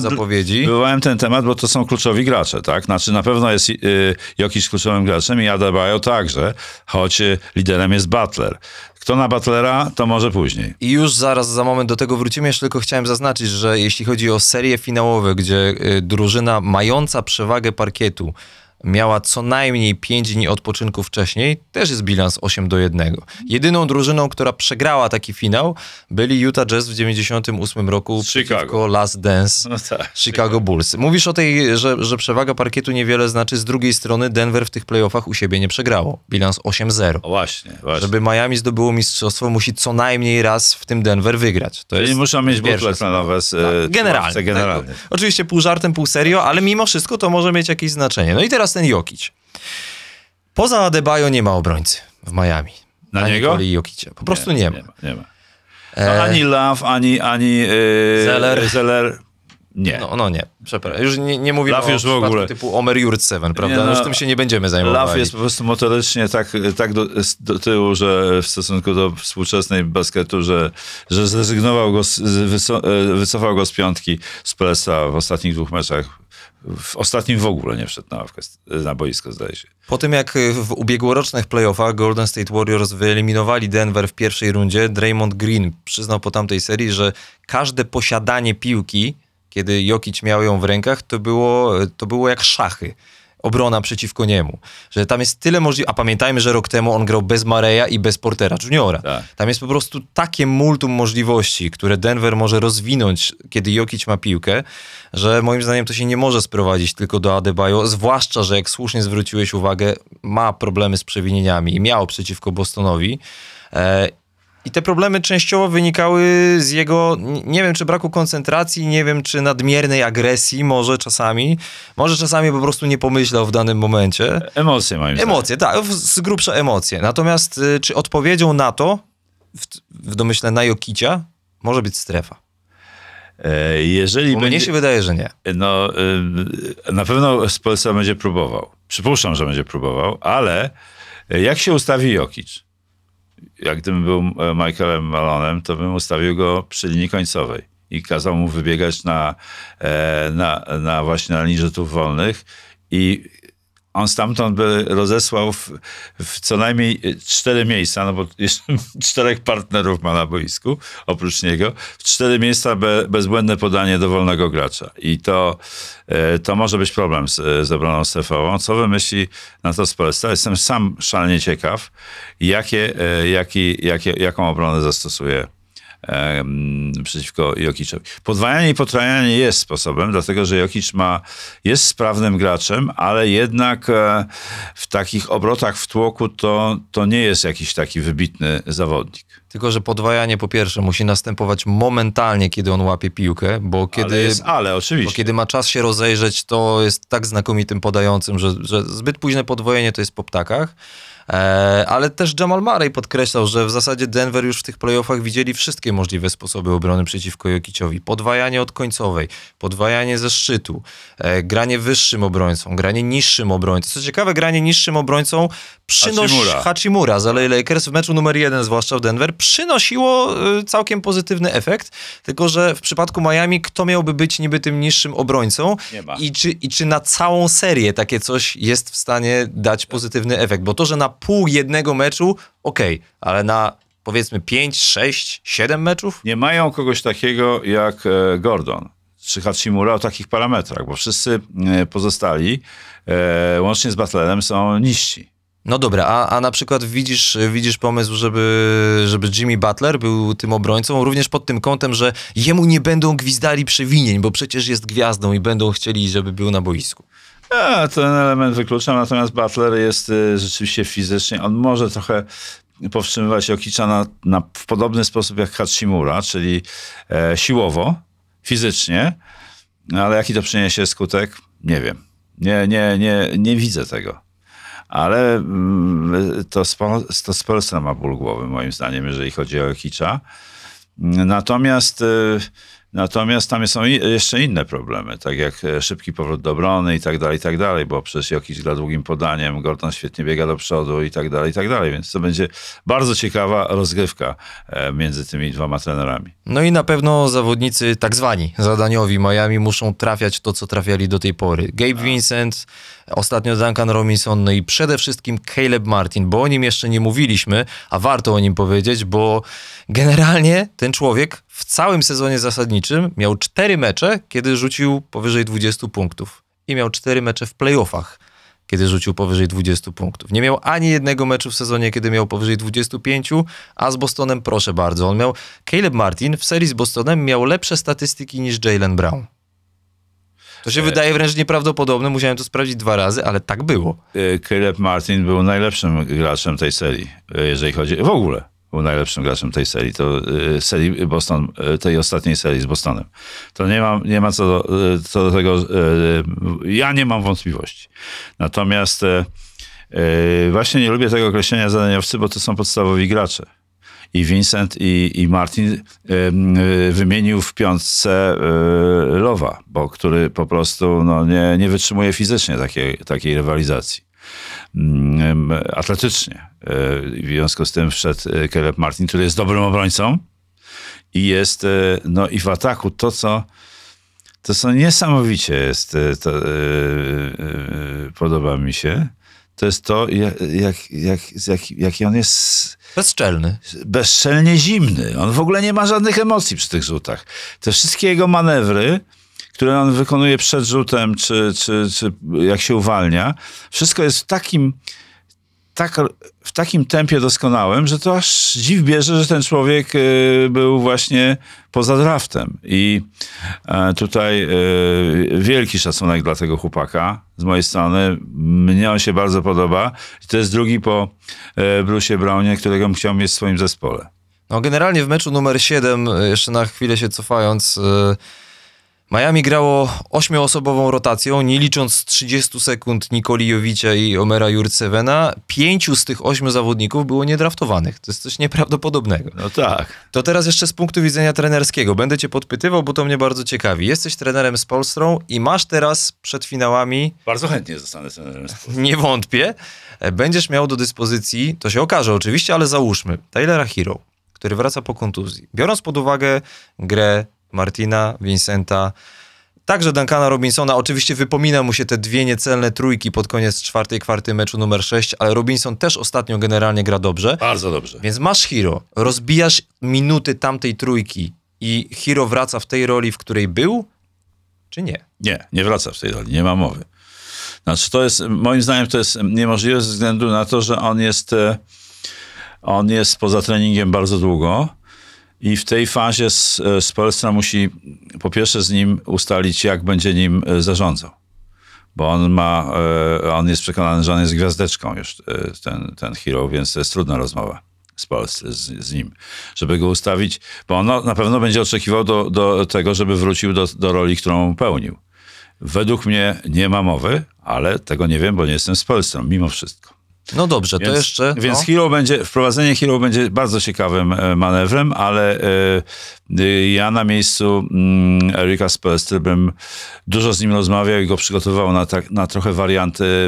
ten temat, bo to są kluczowi gracze, tak? Znaczy na pewno jest Jokic kluczowym graczem i Adebayo także, choć liderem jest Butler. Kto na Butlera, to może później. I już za moment do tego wrócimy. Jeszcze tylko chciałem zaznaczyć, że jeśli chodzi o serie finałowe, gdzie drużyna mająca przewagę parkietu miała co najmniej 5 dni odpoczynku wcześniej, też jest bilans 8-1. Jedyną drużyną, która przegrała taki finał, byli Utah Jazz w 98 roku przeciwko Last Dance Chicago Bulls. Mówisz o tej, że przewaga parkietu niewiele znaczy, z drugiej strony Denver w tych playoffach u siebie nie przegrało. Bilans 8-0. Właśnie. Żeby Miami zdobyło mistrzostwo, musi co najmniej raz w tym Denver wygrać. Czyli muszą mieć butle planowe. Generalnie. Tak. Oczywiście pół żartem, pół serio, ale mimo wszystko to może mieć jakieś znaczenie. No i teraz ten Jokic. Poza Adebayo nie ma obrońcy w Miami. Na niego? Jokicia. Po prostu nie ma. Nie ma. No, ani Love, ani Zeller. Nie. No nie, przepraszam. Już nie mówimy Love o już w ogóle typu Omer Jurtseven, prawda? Już tym się nie będziemy zajmowali. Love jest po prostu motorycznie tak do tyłu, że w stosunku do współczesnej basketu, że zrezygnował go, wycofał go z 5 z Pelesa w ostatnich 2 meczach. W ostatnim w ogóle nie wszedł na boisko, zdaje się. Po tym jak w ubiegłorocznych playoffach Golden State Warriors wyeliminowali Denver w pierwszej rundzie, Draymond Green przyznał po tamtej serii, że każde posiadanie piłki, kiedy Jokic miał ją w rękach, to było jak szachy. Obrona przeciwko niemu. Że tam jest tyle możliwości. A pamiętajmy, że rok temu on grał bez Mareya i bez Portera Juniora. Tak. Tam jest po prostu takie multum możliwości, które Denver może rozwinąć, kiedy Jokic ma piłkę, że moim zdaniem to się nie może sprowadzić tylko do Adebayo, zwłaszcza, że jak słusznie zwróciłeś uwagę, ma problemy z przewinieniami i miał przeciwko Bostonowi. I te problemy częściowo wynikały z jego, nie wiem, czy braku koncentracji, nie wiem, czy nadmiernej agresji, może czasami po prostu nie pomyślał w danym momencie. Emocje moim zdaniem. Emocje, tak, z grubsza emocje. Natomiast czy odpowiedzią na to, w domyśle na Jokicia, może być strefa? Jeżeli Mnie się wydaje, że nie. No, na pewno Spolstra będzie próbował. Przypuszczam, że będzie próbował, ale jak się ustawi Jokic? Jak gdybym był Michaelem Malonem, to bym ustawił go przy linii końcowej i kazał mu wybiegać właśnie na linii rzutów wolnych i on stamtąd by rozesłał w co najmniej 4 miejsca, no bo jeszcze 4 partnerów ma na boisku, oprócz niego, w 4 miejsca bezbłędne podanie do wolnego gracza. I to może być problem z obroną strefową. Co wymyśli na to Spolstra? Jestem sam szalenie ciekaw, jaką obronę zastosuje przeciwko Jokiczowi. Podwajanie i potrajanie jest sposobem, dlatego że Jokic jest sprawnym graczem, ale jednak w takich obrotach w tłoku to nie jest jakiś taki wybitny zawodnik. Tylko że podwajanie po pierwsze musi następować momentalnie, kiedy on łapie piłkę, bo oczywiście. Bo kiedy ma czas się rozejrzeć, to jest tak znakomitym podającym, że zbyt późne podwojenie to jest po ptakach. Ale też Jamal Murray podkreślał, że w zasadzie Denver już w tych playoffach widzieli wszystkie możliwe sposoby obrony przeciwko Jokiciowi. Podwajanie od końcowej, podwajanie ze szczytu, granie wyższym obrońcą, granie niższym obrońcą. Co ciekawe, granie niższym obrońcą Hachimura z LA Lakers w meczu numer 1, zwłaszcza w Denver, przynosiło całkiem pozytywny efekt, tylko że w przypadku Miami kto miałby być niby tym niższym obrońcą Nie ma. i czy na całą serię takie coś jest w stanie dać pozytywny efekt, bo to, że na pół jednego meczu, okej, ale na powiedzmy 5, 6, 7 meczów? Nie mają kogoś takiego jak Gordon czy Hachimura o takich parametrach, bo wszyscy pozostali, łącznie z Butlerem, są niżsi. No dobra, a na przykład widzisz pomysł, żeby Jimmy Butler był tym obrońcą, również pod tym kątem, że jemu nie będą gwizdali przewinień, bo przecież jest gwiazdą i będą chcieli, żeby był na boisku. Ten element wykluczam, natomiast Butler jest rzeczywiście fizycznie, on może trochę powstrzymywać Jokicza w podobny sposób jak Hachimura, czyli siłowo, fizycznie, ale jaki to przyniesie skutek? Nie wiem. Nie widzę tego. Ale to Spolstra ma ból głowy, moim zdaniem, jeżeli chodzi o Jokicza. Natomiast tam są jeszcze inne problemy, tak jak szybki powrót do obrony i tak dalej, bo przecież Jokic gra długim podaniem, Gordon świetnie biega do przodu i tak dalej, więc to będzie bardzo ciekawa rozgrywka między tymi dwoma trenerami. No i na pewno zawodnicy tak zwani zadaniowi Miami muszą trafiać to, co trafiali do tej pory. Gabe Vincent, ostatnio Duncan Robinson, no i przede wszystkim Caleb Martin, bo o nim jeszcze nie mówiliśmy, a warto o nim powiedzieć, bo generalnie ten człowiek w całym sezonie zasadniczym miał 4 mecze, kiedy rzucił powyżej 20 punktów. I miał 4 mecze w playoffach, kiedy rzucił powyżej 20 punktów. Nie miał ani jednego meczu w sezonie, kiedy miał powyżej 25, a z Bostonem proszę bardzo. Caleb Martin w serii z Bostonem miał lepsze statystyki niż Jaylen Brown. To się wydaje wręcz nieprawdopodobne, musiałem to sprawdzić 2 razy, ale tak było. Caleb Martin był najlepszym graczem tej serii, jeżeli chodzi w ogóle. Był najlepszym graczem tej serii, serii Boston, tej ostatniej serii z Bostonem. To nie ma co do tego, ja nie mam wątpliwości. Natomiast właśnie nie lubię tego określenia zadaniowcy, bo to są podstawowi gracze. I Vincent i Martin wymienił w 5 Lowa, który po prostu nie wytrzymuje fizycznie takiej rywalizacji. Atletycznie. W związku z tym wszedł Caleb Martin, który jest dobrym obrońcą i jest, i w ataku to, co niesamowicie jest, podoba mi się, to jest to, jaki on jest bezczelnie zimny. On w ogóle nie ma żadnych emocji przy tych rzutach. Te wszystkie jego manewry, które on wykonuje przed rzutem, czy jak się uwalnia, wszystko jest w takim tempie doskonałym, że to aż dziw bierze, że ten człowiek był właśnie poza draftem. I tutaj wielki szacunek dla tego chłopaka z mojej strony. Mnie on się bardzo podoba. I to jest drugi po Bruce'ie Brownie, którego bym chciał mieć w swoim zespole. No generalnie w meczu numer 7, jeszcze na chwilę się cofając, Miami grało 8-osobową rotacją, nie licząc 30 sekund Nikoli Jovicza i Omera Jurtsevena. 5 z tych 8 zawodników było niedraftowanych. To jest coś nieprawdopodobnego. No tak. To teraz jeszcze z punktu widzenia trenerskiego. Będę cię podpytywał, bo to mnie bardzo ciekawi. Jesteś trenerem z Polstrą i masz teraz przed finałami, Bardzo chętnie zostanę trenerem. nie wątpię, będziesz miał do dyspozycji, to się okaże oczywiście, ale załóżmy, Tylera Hero, który wraca po kontuzji. Biorąc pod uwagę grę Martina, Vincenta, także Duncana Robinsona. Oczywiście wypomina mu się te 2 niecelne trójki pod koniec 4. kwarty meczu numer 6, ale Robinson też ostatnio generalnie gra dobrze. Bardzo dobrze. Więc masz Hero, rozbijasz minuty tamtej trójki i Hero wraca w tej roli, w której był, czy nie? Nie wraca w tej roli, nie ma mowy. Znaczy to jest, moim zdaniem to jest niemożliwe ze względu na to, że on jest poza treningiem bardzo długo i w tej fazie Spoelstra musi po pierwsze z nim ustalić, jak będzie nim zarządzał. Bo on jest przekonany, że on jest gwiazdeczką już, ten Hero, więc to jest trudna rozmowa z nim, żeby go ustawić, bo on na pewno będzie oczekiwał do tego, żeby wrócił do roli, którą pełnił. Według mnie nie ma mowy, ale tego nie wiem, bo nie jestem Spoelstrą, mimo wszystko. No dobrze, to jeszcze... Więc no. wprowadzenie Hero będzie bardzo ciekawym manewrem, ale ja na miejscu Erika Spoelstry bym dużo z nim rozmawiał i go przygotowywał na trochę warianty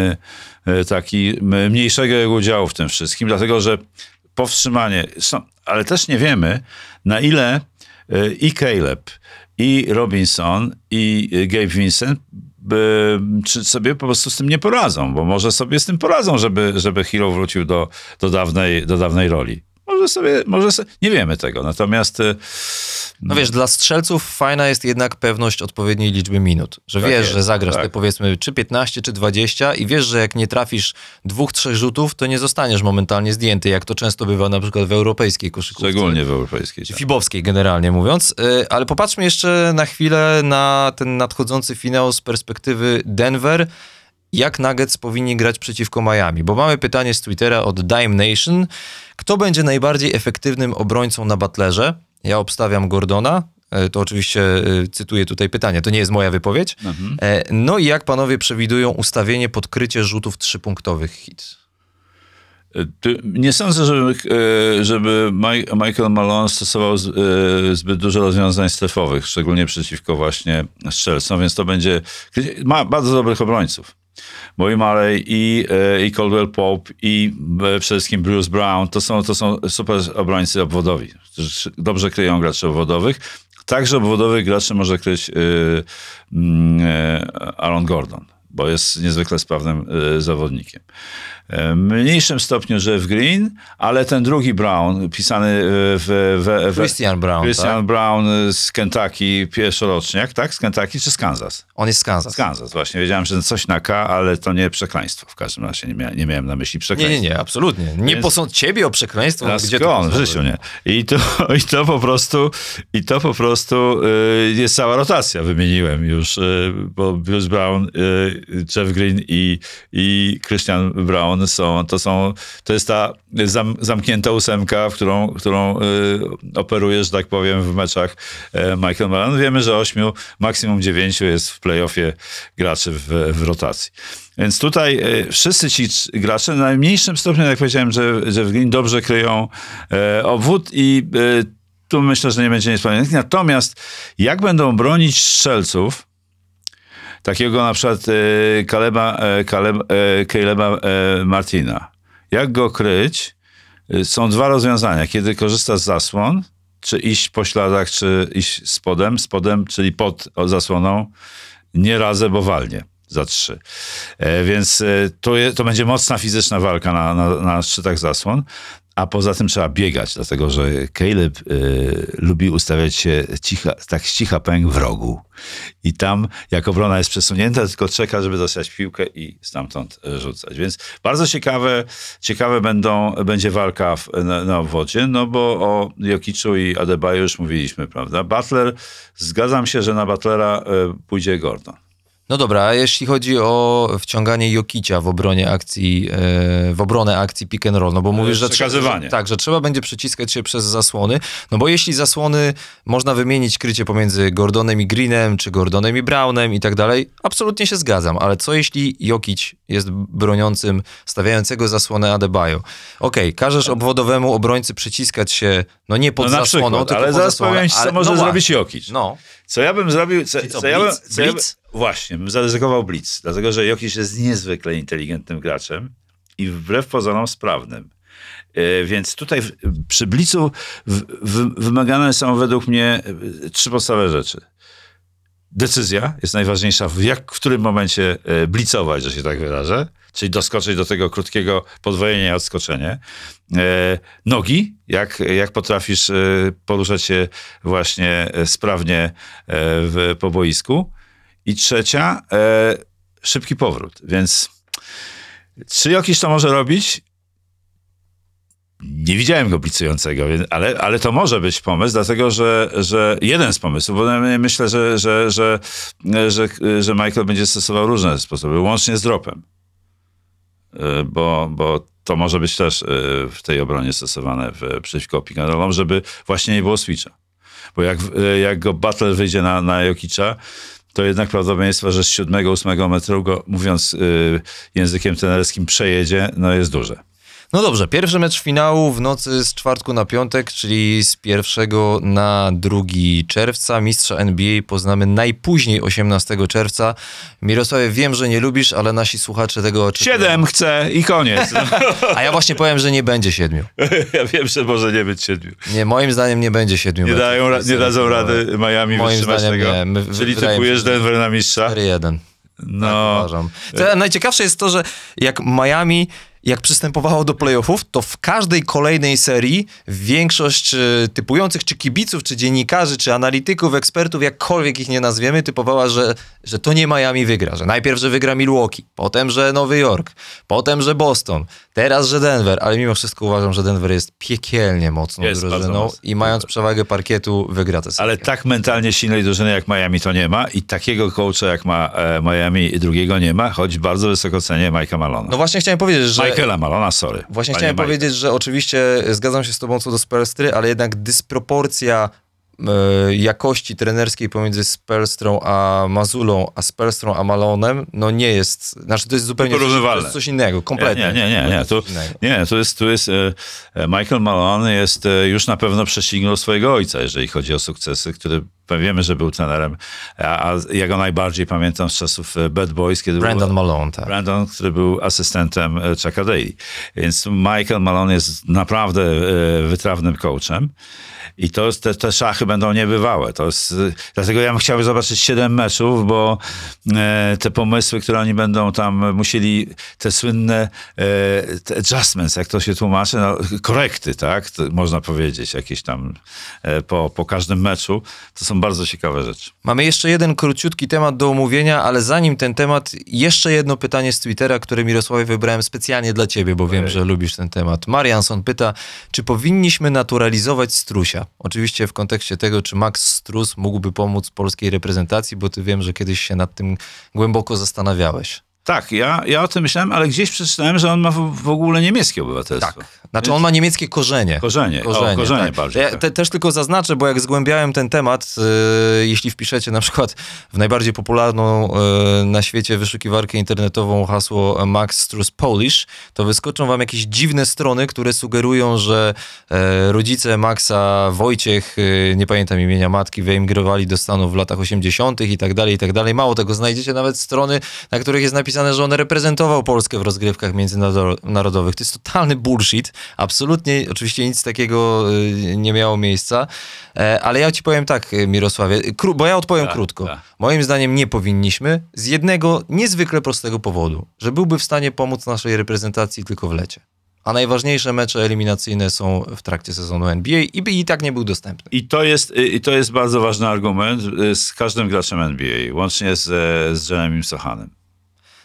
mniejszego jego udziału w tym wszystkim, dlatego że powstrzymanie, ale też nie wiemy, na ile i Caleb, i Robinson, i Gabe Vincent czy sobie po prostu z tym nie poradzą, bo może sobie z tym poradzą, żeby Hero wrócił do dawnej roli. Może sobie, nie wiemy tego, natomiast... No wiesz, dla strzelców fajna jest jednak pewność odpowiedniej liczby minut. Że Tak wiesz, jest, że zagrasz tak. te powiedzmy czy 15, czy 20 i wiesz, że jak nie trafisz 2-3 rzutów, to nie zostaniesz momentalnie zdjęty, jak to często bywa na przykład w europejskiej koszykówce. Szczególnie w europejskiej. Czy fibowskiej generalnie mówiąc. Ale popatrzmy jeszcze na chwilę na ten nadchodzący finał z perspektywy Denver. Jak Nuggets powinni grać przeciwko Miami? Bo mamy pytanie z Twittera od Dime Nation. Kto będzie najbardziej efektywnym obrońcą na Butlerze? Ja obstawiam Gordona. To oczywiście cytuję tutaj pytanie. To nie jest moja wypowiedź. Mhm. No i jak panowie przewidują ustawienie pod krycie rzutów 3-punktowych hit? Nie sądzę, żeby Michael Malone stosował zbyt dużo rozwiązań strefowych, szczególnie przeciwko właśnie strzelcom, więc to będzie... Ma bardzo dobrych obrońców. Bo i Murray, i Caldwell Pope, i przede wszystkim Bruce Brown, to są super obrońcy obwodowi, którzy dobrze kryją graczy obwodowych. Także obwodowych graczy może kryć Aaron Gordon, bo jest niezwykle sprawnym zawodnikiem. W mniejszym stopniu Jeff Green, ale ten drugi Brown, pisany Christian Brown, Christian tak? Brown z Kentucky, pierwszoroczniak, tak? Z Kentucky czy z Kansas? On jest z Kansas. Z Kansas, właśnie. Wiedziałem, że coś na K, ale to nie przekleństwo. W każdym razie nie miałem na myśli przekleństwa. Nie, absolutnie. Nie posąd ciebie o przekleństwo. A Gdzie skąd? to W życiu nie. I to po prostu jest cała rotacja. Wymieniłem już, bo Bruce Brown, Jeff Green i Christian Brown to jest ta zamknięta ósemka, w którą operuje, że tak powiem, w meczach Michael Malone. Wiemy, że 8, maksimum 9 jest w playoffie graczy w rotacji. Więc tutaj wszyscy ci gracze, na najmniejszym stopniu, jak powiedziałem, że w Green dobrze kryją obwód i tu myślę, że nie będzie niespełnionych. Natomiast jak będą bronić strzelców, takiego na przykład Caleba Martina, jak go kryć, są 2 rozwiązania. Kiedy korzysta z zasłon, czy iść po śladach, czy iść spodem, czyli pod zasłoną, nie razem, bo walnie za 3. Więc to będzie mocna fizyczna walka na szczytach zasłon. A poza tym trzeba biegać, dlatego że Caleb lubi ustawiać się tak cicha pęk w rogu. I tam, jak obrona jest przesunięta, tylko czeka, żeby dostać piłkę i stamtąd rzucać. Więc bardzo ciekawe będzie walka na obwodzie, no bo o Jokiczu i Adebayo już mówiliśmy, prawda? Butler, zgadzam się, że na Butlera pójdzie Gordon. No dobra, a jeśli chodzi o wciąganie Jokicia w obronę akcji pick and roll, no bo mówisz, że przekazywanie. że trzeba będzie przyciskać się przez zasłony, no bo jeśli zasłony można wymienić krycie pomiędzy Gordonem i Greenem, czy Gordonem i Brownem i tak dalej, absolutnie się zgadzam, ale co jeśli Jokic jest broniącym, stawiającego zasłonę Adebayo? Okej, każesz obwodowemu obrońcy przyciskać się, no nie pod zasłoną, przykład, tylko ale pod zaraz zasłoną. powiem ci, co może zrobić Jokic. No. Co ja bym zrobił... Blitz? Właśnie, bym zaryzykował blitz, dlatego że Jokic jest niezwykle inteligentnym graczem i wbrew pozorom sprawnym. Więc tutaj przy blitzu wymagane są według mnie 3 podstawowe rzeczy. Decyzja jest najważniejsza, w którym momencie blicować, że się tak wyrażę, czyli doskoczyć do tego krótkiego podwojenia i odskoczenie. Nogi, jak potrafisz poruszać się właśnie sprawnie po boisku. I trzecia, szybki powrót. Więc czy Jokic to może robić? Nie widziałem go blicującego, ale to może być pomysł, dlatego że jeden z pomysłów, bo myślę, że Michael będzie stosował różne sposoby, łącznie z dropem. Bo to może być też w tej obronie stosowane przeciwko pick and rollom, żeby właśnie nie było switcha. Bo jak go Butler wyjdzie na Jokicza, to jednak prawdopodobieństwo, że z 7-8 metru go, mówiąc językiem trenerskim, przejedzie, no jest duże. No dobrze, pierwszy mecz finału w nocy z czwartku na piątek, czyli z 1 na 2 czerwca. Mistrza NBA poznamy najpóźniej 18 czerwca. Mirosławie, wiem, że nie lubisz, ale nasi słuchacze tego oczekują. 7 chcę i koniec. A ja właśnie powiem, że nie będzie 7. Ja wiem, że może nie być 7. Nie, moim zdaniem nie będzie 7. Nie dadzą rady Miami wytrzymać tego. Czyli typujesz Denver na mistrza? 4-1. No. Tak uważam. Najciekawsze jest to, że jak Miami przystępowało do playoffów, to w każdej kolejnej serii większość typujących, czy kibiców, czy dziennikarzy, czy analityków, ekspertów, jakkolwiek ich nie nazwiemy, typowała, że to nie Miami wygra, że najpierw, że wygra Milwaukee, potem, że Nowy Jork, potem, że Boston, teraz, że Denver, ale mimo wszystko uważam, że Denver jest piekielnie mocną drużyną i mając przewagę parkietu wygra tę serię. Ale tak mentalnie silnej drużyny jak Miami to nie ma i takiego coacha jak ma Miami drugiego nie ma, choć bardzo wysoko cenię Mike'a Malona. No właśnie chciałem powiedzieć, że Michaela Malona, sorry. Właśnie chciałem powiedzieć, że oczywiście zgadzam się z tobą co do Spolstry, ale jednak dysproporcja jakości trenerskiej pomiędzy Spolstrą a Mazulą, a Spolstrą a Malonem, no nie jest, znaczy to jest zupełnie coś innego, kompletnie. Nie, tu jest Michael Malone jest już na pewno prześcignął swojego ojca, jeżeli chodzi o sukcesy, który wiemy, że był trenerem, a ja go najbardziej pamiętam z czasów Bad Boys, kiedy Brandon Malone, tak. Brandon, który był asystentem Chucka Daly. Więc Michael Malone jest naprawdę wytrawnym coachem. I te szachy będą niebywałe. Dlatego ja bym chciał zobaczyć 7 meczów, bo te pomysły, które oni będą tam musieli, te słynne te adjustments, jak to się tłumaczy, no, korekty, tak? To można powiedzieć, jakieś tam po każdym meczu. To są bardzo ciekawe rzeczy. Mamy jeszcze jeden króciutki temat do omówienia, ale zanim ten temat, jeszcze jedno pytanie z Twittera, które Mirosławie wybrałem specjalnie dla ciebie, bo wiem, że lubisz ten temat. Marianson pyta, czy powinniśmy naturalizować Strusia? Oczywiście w kontekście tego, czy Max Strus mógłby pomóc polskiej reprezentacji, bo ty wiem, że kiedyś się nad tym głęboko zastanawiałeś. Tak, ja o tym myślałem, ale gdzieś przeczytałem, że on ma w ogóle niemieckie obywatelstwo. Tak, znaczy on ma niemieckie korzenie. Korzenie tak. bardziej. Ja też tylko zaznaczę, bo jak zgłębiałem ten temat, jeśli wpiszecie na przykład w najbardziej popularną na świecie wyszukiwarkę internetową hasło Max Strus Polish, to wyskoczą wam jakieś dziwne strony, które sugerują, że rodzice Maxa, Wojciech, nie pamiętam imienia matki, wyemigrowali do Stanów w latach 80. i tak dalej, i tak dalej. Mało tego, znajdziecie nawet strony, na których jest napisane, że on reprezentował Polskę w rozgrywkach międzynarodowych. To jest totalny bullshit. Absolutnie, oczywiście nic takiego nie miało miejsca. Ale ja ci powiem tak, Mirosławie, bo ja odpowiem krótko. Tak. Moim zdaniem nie powinniśmy z jednego niezwykle prostego powodu, że byłby w stanie pomóc naszej reprezentacji tylko w lecie. A najważniejsze mecze eliminacyjne są w trakcie sezonu NBA i tak nie był dostępny. I to jest bardzo ważny argument z każdym graczem NBA, łącznie z Jeremym Sochanem.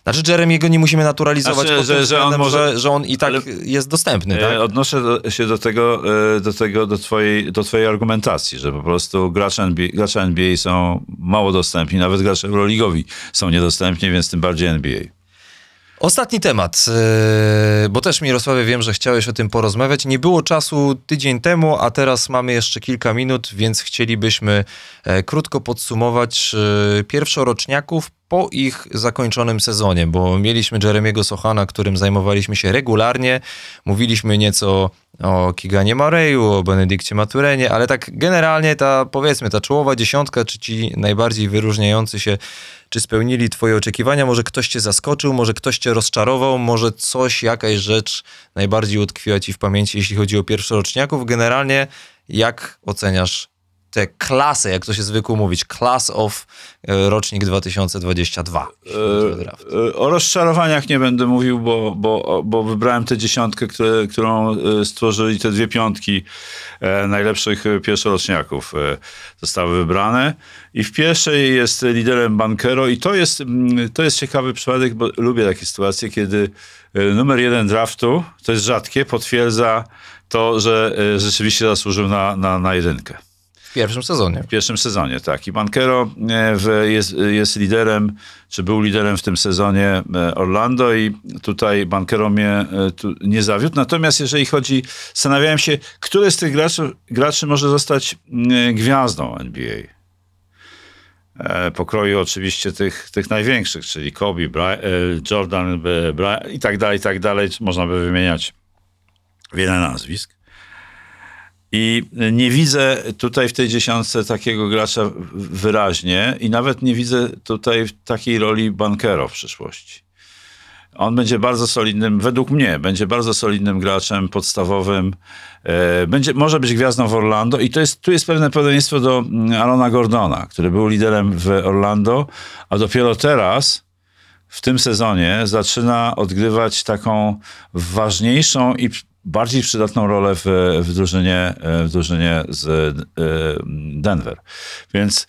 Znaczy Jeremiego nie musimy naturalizować, Znaczy, pod tym że on względem, może- że on i tak jest dostępny, tak? Odnoszę się do twojej argumentacji, że po prostu gracze NBA są mało dostępni, nawet gracze Euroligowi są niedostępni, więc tym bardziej NBA. Ostatni temat, bo też Mirosławie wiem, że chciałeś o tym porozmawiać. Nie było czasu tydzień temu, a teraz mamy jeszcze kilka minut, więc chcielibyśmy krótko podsumować pierwszoroczniaków po ich zakończonym sezonie, bo mieliśmy Jeremiego Sochana, którym zajmowaliśmy się regularnie. Mówiliśmy nieco o Kiganie Mareju, o Benedykcie Maturenie, ale tak generalnie ta czołowa dziesiątka, czy ci najbardziej wyróżniający się, czy spełnili twoje oczekiwania? Może ktoś cię zaskoczył, może ktoś cię rozczarował, może jakaś rzecz najbardziej utkwiła ci w pamięci, jeśli chodzi o pierwszoroczniaków. Generalnie jak oceniasz tę klasę, jak to się zwykło mówić, class of rocznik 2022? O rozczarowaniach nie będę mówił, bo wybrałem tę dziesiątkę, którą stworzyli te dwie piątki najlepszych pierwszoroczniaków. Zostały wybrane i w pierwszej jest liderem Banchero i to jest ciekawy przypadek, bo lubię takie sytuacje, kiedy numer 1 draftu, to jest rzadkie, potwierdza to, że rzeczywiście zasłużył na jedynkę. W pierwszym sezonie. W pierwszym sezonie, tak. I Banchero jest liderem, czy był liderem w tym sezonie Orlando i tutaj Banchero mnie nie zawiódł. Natomiast jeżeli chodzi, zastanawiałem się, który z tych graczy może zostać gwiazdą NBA. Pokroju oczywiście tych największych, czyli Kobe, Jordan, Bryant i tak dalej. Można by wymieniać wiele nazwisk. I nie widzę tutaj w tej dziesiątce takiego gracza wyraźnie i nawet nie widzę tutaj takiej roli Banchero w przyszłości. On będzie bardzo solidnym, według mnie, będzie bardzo solidnym graczem podstawowym. Może być gwiazdą w Orlando i tu jest pewne podobieństwo do Arona Gordona, który był liderem w Orlando, a dopiero teraz w tym sezonie zaczyna odgrywać taką ważniejszą i bardziej przydatną rolę w drużynie z Denver. Więc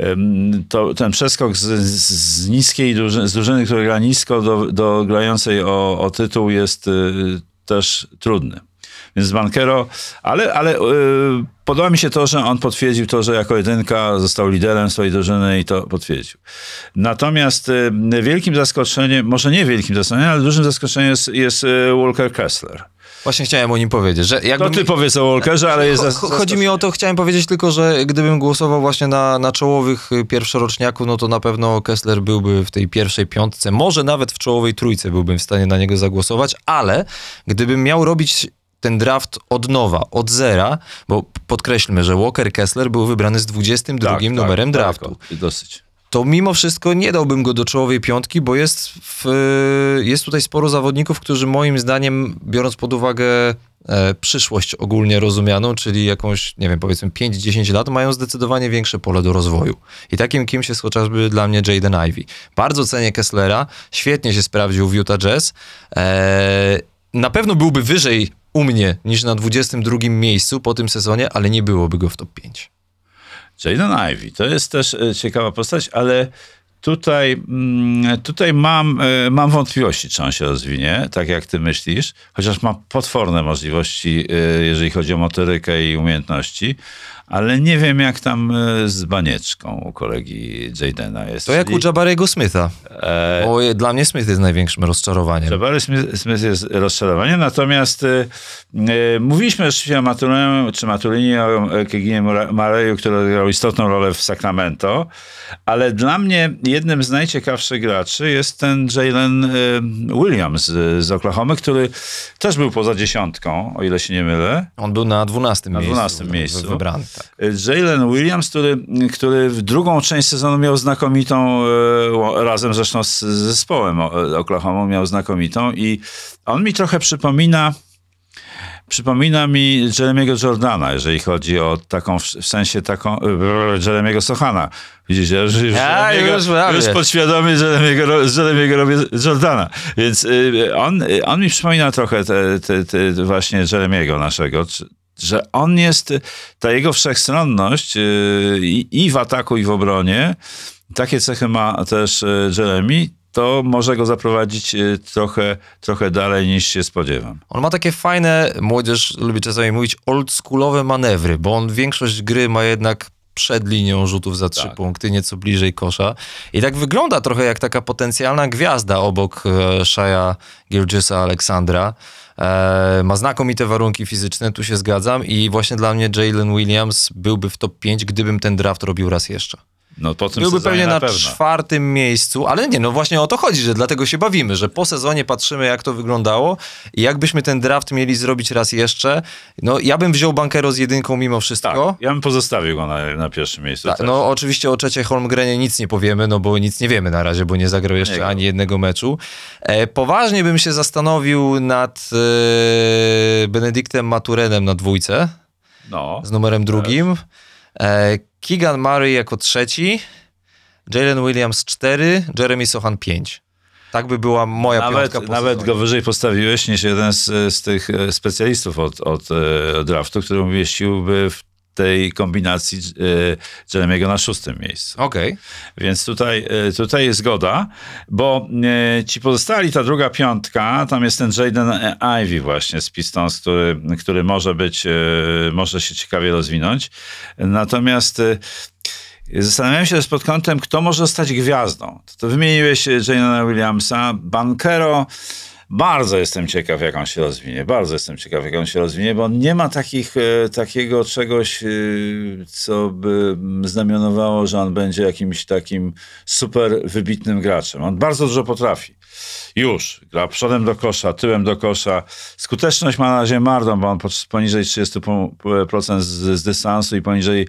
ten przeskok z niskiej z drużyny, która gra nisko, do grającej o tytuł jest też trudny. Więc Banchero, ale podoba mi się to, że on potwierdził to, że jako jedynka został liderem swojej drużyny i to potwierdził. Natomiast wielkim zaskoczeniem, może nie wielkim zaskoczeniem, ale dużym zaskoczeniem jest Walker Kessler. Właśnie chciałem o nim powiedzieć, że jakby... To ty powiedz o Walkerze, ale jest... Chodzi mi o to, chciałem powiedzieć tylko, że gdybym głosował właśnie na czołowych pierwszoroczniaków, no to na pewno Kessler byłby w tej pierwszej piątce, może nawet w czołowej trójce byłbym w stanie na niego zagłosować, ale gdybym miał robić ten draft od nowa, od zera, bo podkreślmy, że Walker Kessler był wybrany z 22 numerem draftu. Dosyć. To mimo wszystko nie dałbym go do czołowej piątki, bo jest tutaj sporo zawodników, którzy moim zdaniem, biorąc pod uwagę przyszłość ogólnie rozumianą, czyli jakąś, nie wiem, powiedzmy 5-10 lat, mają zdecydowanie większe pole do rozwoju. I takim kimś jest chociażby dla mnie Jaden Ivey. Bardzo cenię Kesslera, świetnie się sprawdził w Utah Jazz. Na pewno byłby wyżej u mnie niż na 22 miejscu po tym sezonie, ale nie byłoby go w top 5. Jaden Ivey, to jest też ciekawa postać, ale tutaj mam wątpliwości, czy on się rozwinie, tak jak ty myślisz, chociaż ma potworne możliwości, jeżeli chodzi o motorykę i umiejętności, ale nie wiem, jak tam z banieczką u kolegi Jadena jest. To jak u Jabariego Smitha. Bo dla mnie Smith jest największym rozczarowaniem. Jabari Smith jest rozczarowaniem, natomiast mówiliśmy rzeczywiście o Maturini, o Keginie Mareju, który grał istotną rolę w Sacramento, ale dla mnie jednym z najciekawszych graczy jest ten Jalen Williams z Oklahomy, który też był poza dziesiątką, o ile się nie mylę. On był na 12 miejscu. Wybrany, tak. Jalen Williams, który w drugą część sezonu miał znakomitą, razem zresztą z zespołem Oklahoma miał znakomitą i on mi trochę przypomina mi Jeremiego Jordana, jeżeli chodzi o taką, w sensie taką Jeremiego Sochana. Widzicie, już podświadomie Jeremiego robię Jordana. Więc on mi przypomina trochę właśnie Jeremiego naszego, że on jest, ta jego wszechstronność i w ataku, i w obronie, takie cechy ma też Jeremy. to może go zaprowadzić trochę dalej niż się spodziewam. On ma takie fajne, młodzież lubi czasami mówić, oldschoolowe manewry, bo on większość gry ma jednak przed linią rzutów za 3 punkty, nieco bliżej kosza. I tak wygląda trochę jak taka potencjalna gwiazda obok Shaia Gilgeousa-Alexandra. Ma znakomite warunki fizyczne, tu się zgadzam i właśnie dla mnie Jalen Williams byłby w top 5, gdybym ten draft robił raz jeszcze. No, po tym byłby sezonie pewnie na pewno. 4. miejscu, ale nie, no właśnie o to chodzi, że dlatego się bawimy, że po sezonie patrzymy, jak to wyglądało i jakbyśmy ten draft mieli zrobić raz jeszcze, no ja bym wziął Bankero z 1 mimo wszystko. Tak, ja bym pozostawił go na pierwszym miejscu. Tak, też. no oczywiście o Czecie Holmgrenie nic nie powiemy, no bo nic nie wiemy na razie, bo nie zagrał jeszcze ani jednego meczu. Poważnie bym się zastanowił nad Benediktem Maturenem na 2 No, z numerem 2. Keegan Murray jako 3, Jalen Williams 4, Jeremy Sochan 5. Tak by była moja piątka po Nawet sezonie. go wyżej postawiłeś niż jeden z tych specjalistów od draftu, który umieściłby w tej kombinacji Jeremiego na 6. miejscu. Okej. Więc tutaj jest zgoda, bo ci pozostali, ta druga piątka, tam jest ten Jaden Ivey właśnie z Pistons, który może się ciekawie rozwinąć. Natomiast zastanawiałem się pod kątem, kto może zostać gwiazdą. To wymieniłeś Jalena Williamsa, Bankero. Bardzo jestem ciekaw, jak on się rozwinie. Bo on nie ma takiego czegoś, co by znamionowało, że on będzie jakimś takim super wybitnym graczem. On bardzo dużo potrafi. Już. Gra przodem do kosza, tyłem do kosza. Skuteczność ma na razie marną, bo on poniżej 30% z dystansu i poniżej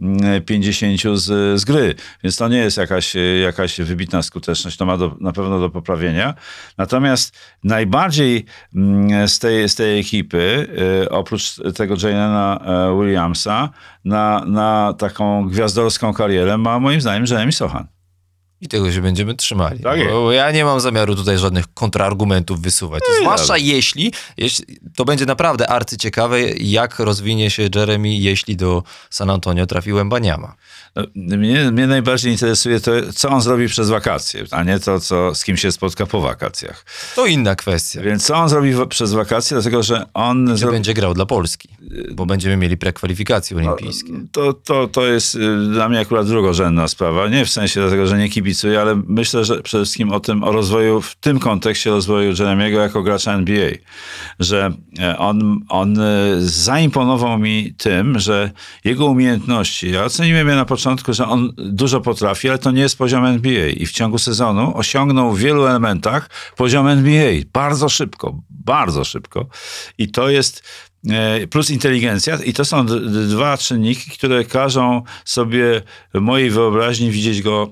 50% z gry. Więc to nie jest jakaś wybitna skuteczność. To ma na pewno do poprawienia. Natomiast najbardziej z tej ekipy, oprócz tego Jalena Williamsa, na taką gwiazdorską karierę ma moim zdaniem Jeremy Sochan. I tego się będziemy trzymali. Tak jest. Bo ja nie mam zamiaru tutaj żadnych kontrargumentów wysuwać. Zwłaszcza jeśli to będzie naprawdę arcyciekawe, jak rozwinie się Jeremy, jeśli do San Antonio trafi Wembanyama. Mnie najbardziej interesuje to, co on zrobi przez wakacje, a nie to, z kim się spotka po wakacjach. To inna kwestia. Więc co on zrobi przez wakacje? Dlatego, że on... Gdzie będzie grał dla Polski, bo będziemy mieli prekwalifikacje olimpijskie. To jest dla mnie akurat drugorzędna sprawa. Nie w sensie dlatego, że nie kibicuję, ale myślę, że przede wszystkim o rozwoju, w tym kontekście rozwoju Jeremiego jako gracza NBA. Że on zaimponował mi tym, że jego umiejętności, ja oceniłem je na początku, że on dużo potrafi, ale to nie jest poziom NBA. I w ciągu sezonu osiągnął w wielu elementach poziom NBA. Bardzo szybko. I to jest plus inteligencja. I to są 2 czynniki, które każą sobie w mojej wyobraźni widzieć go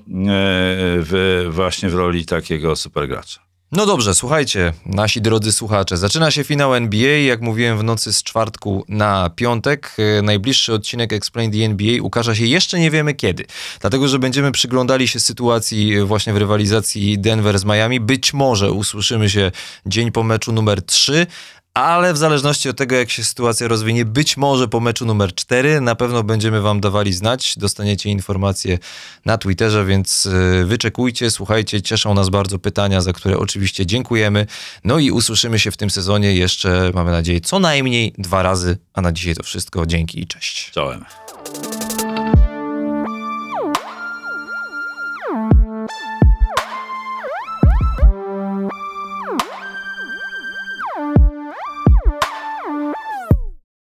właśnie w roli takiego supergracza. No dobrze, słuchajcie, nasi drodzy słuchacze. Zaczyna się finał NBA, jak mówiłem, w nocy z czwartku na piątek. Najbliższy odcinek Explain the NBA ukaże się jeszcze nie wiemy kiedy. Dlatego, że będziemy przyglądali się sytuacji właśnie w rywalizacji Denver z Miami. Być może usłyszymy się dzień po meczu numer 3, ale w zależności od tego, jak się sytuacja rozwinie, być może po meczu numer 4, na pewno będziemy wam dawali znać, dostaniecie informacje na Twitterze, więc wyczekujcie, słuchajcie, cieszą nas bardzo pytania, za które oczywiście dziękujemy. No i usłyszymy się w tym sezonie jeszcze, mamy nadzieję, co najmniej 2 razy, a na dzisiaj to wszystko. Dzięki i cześć. Czołem.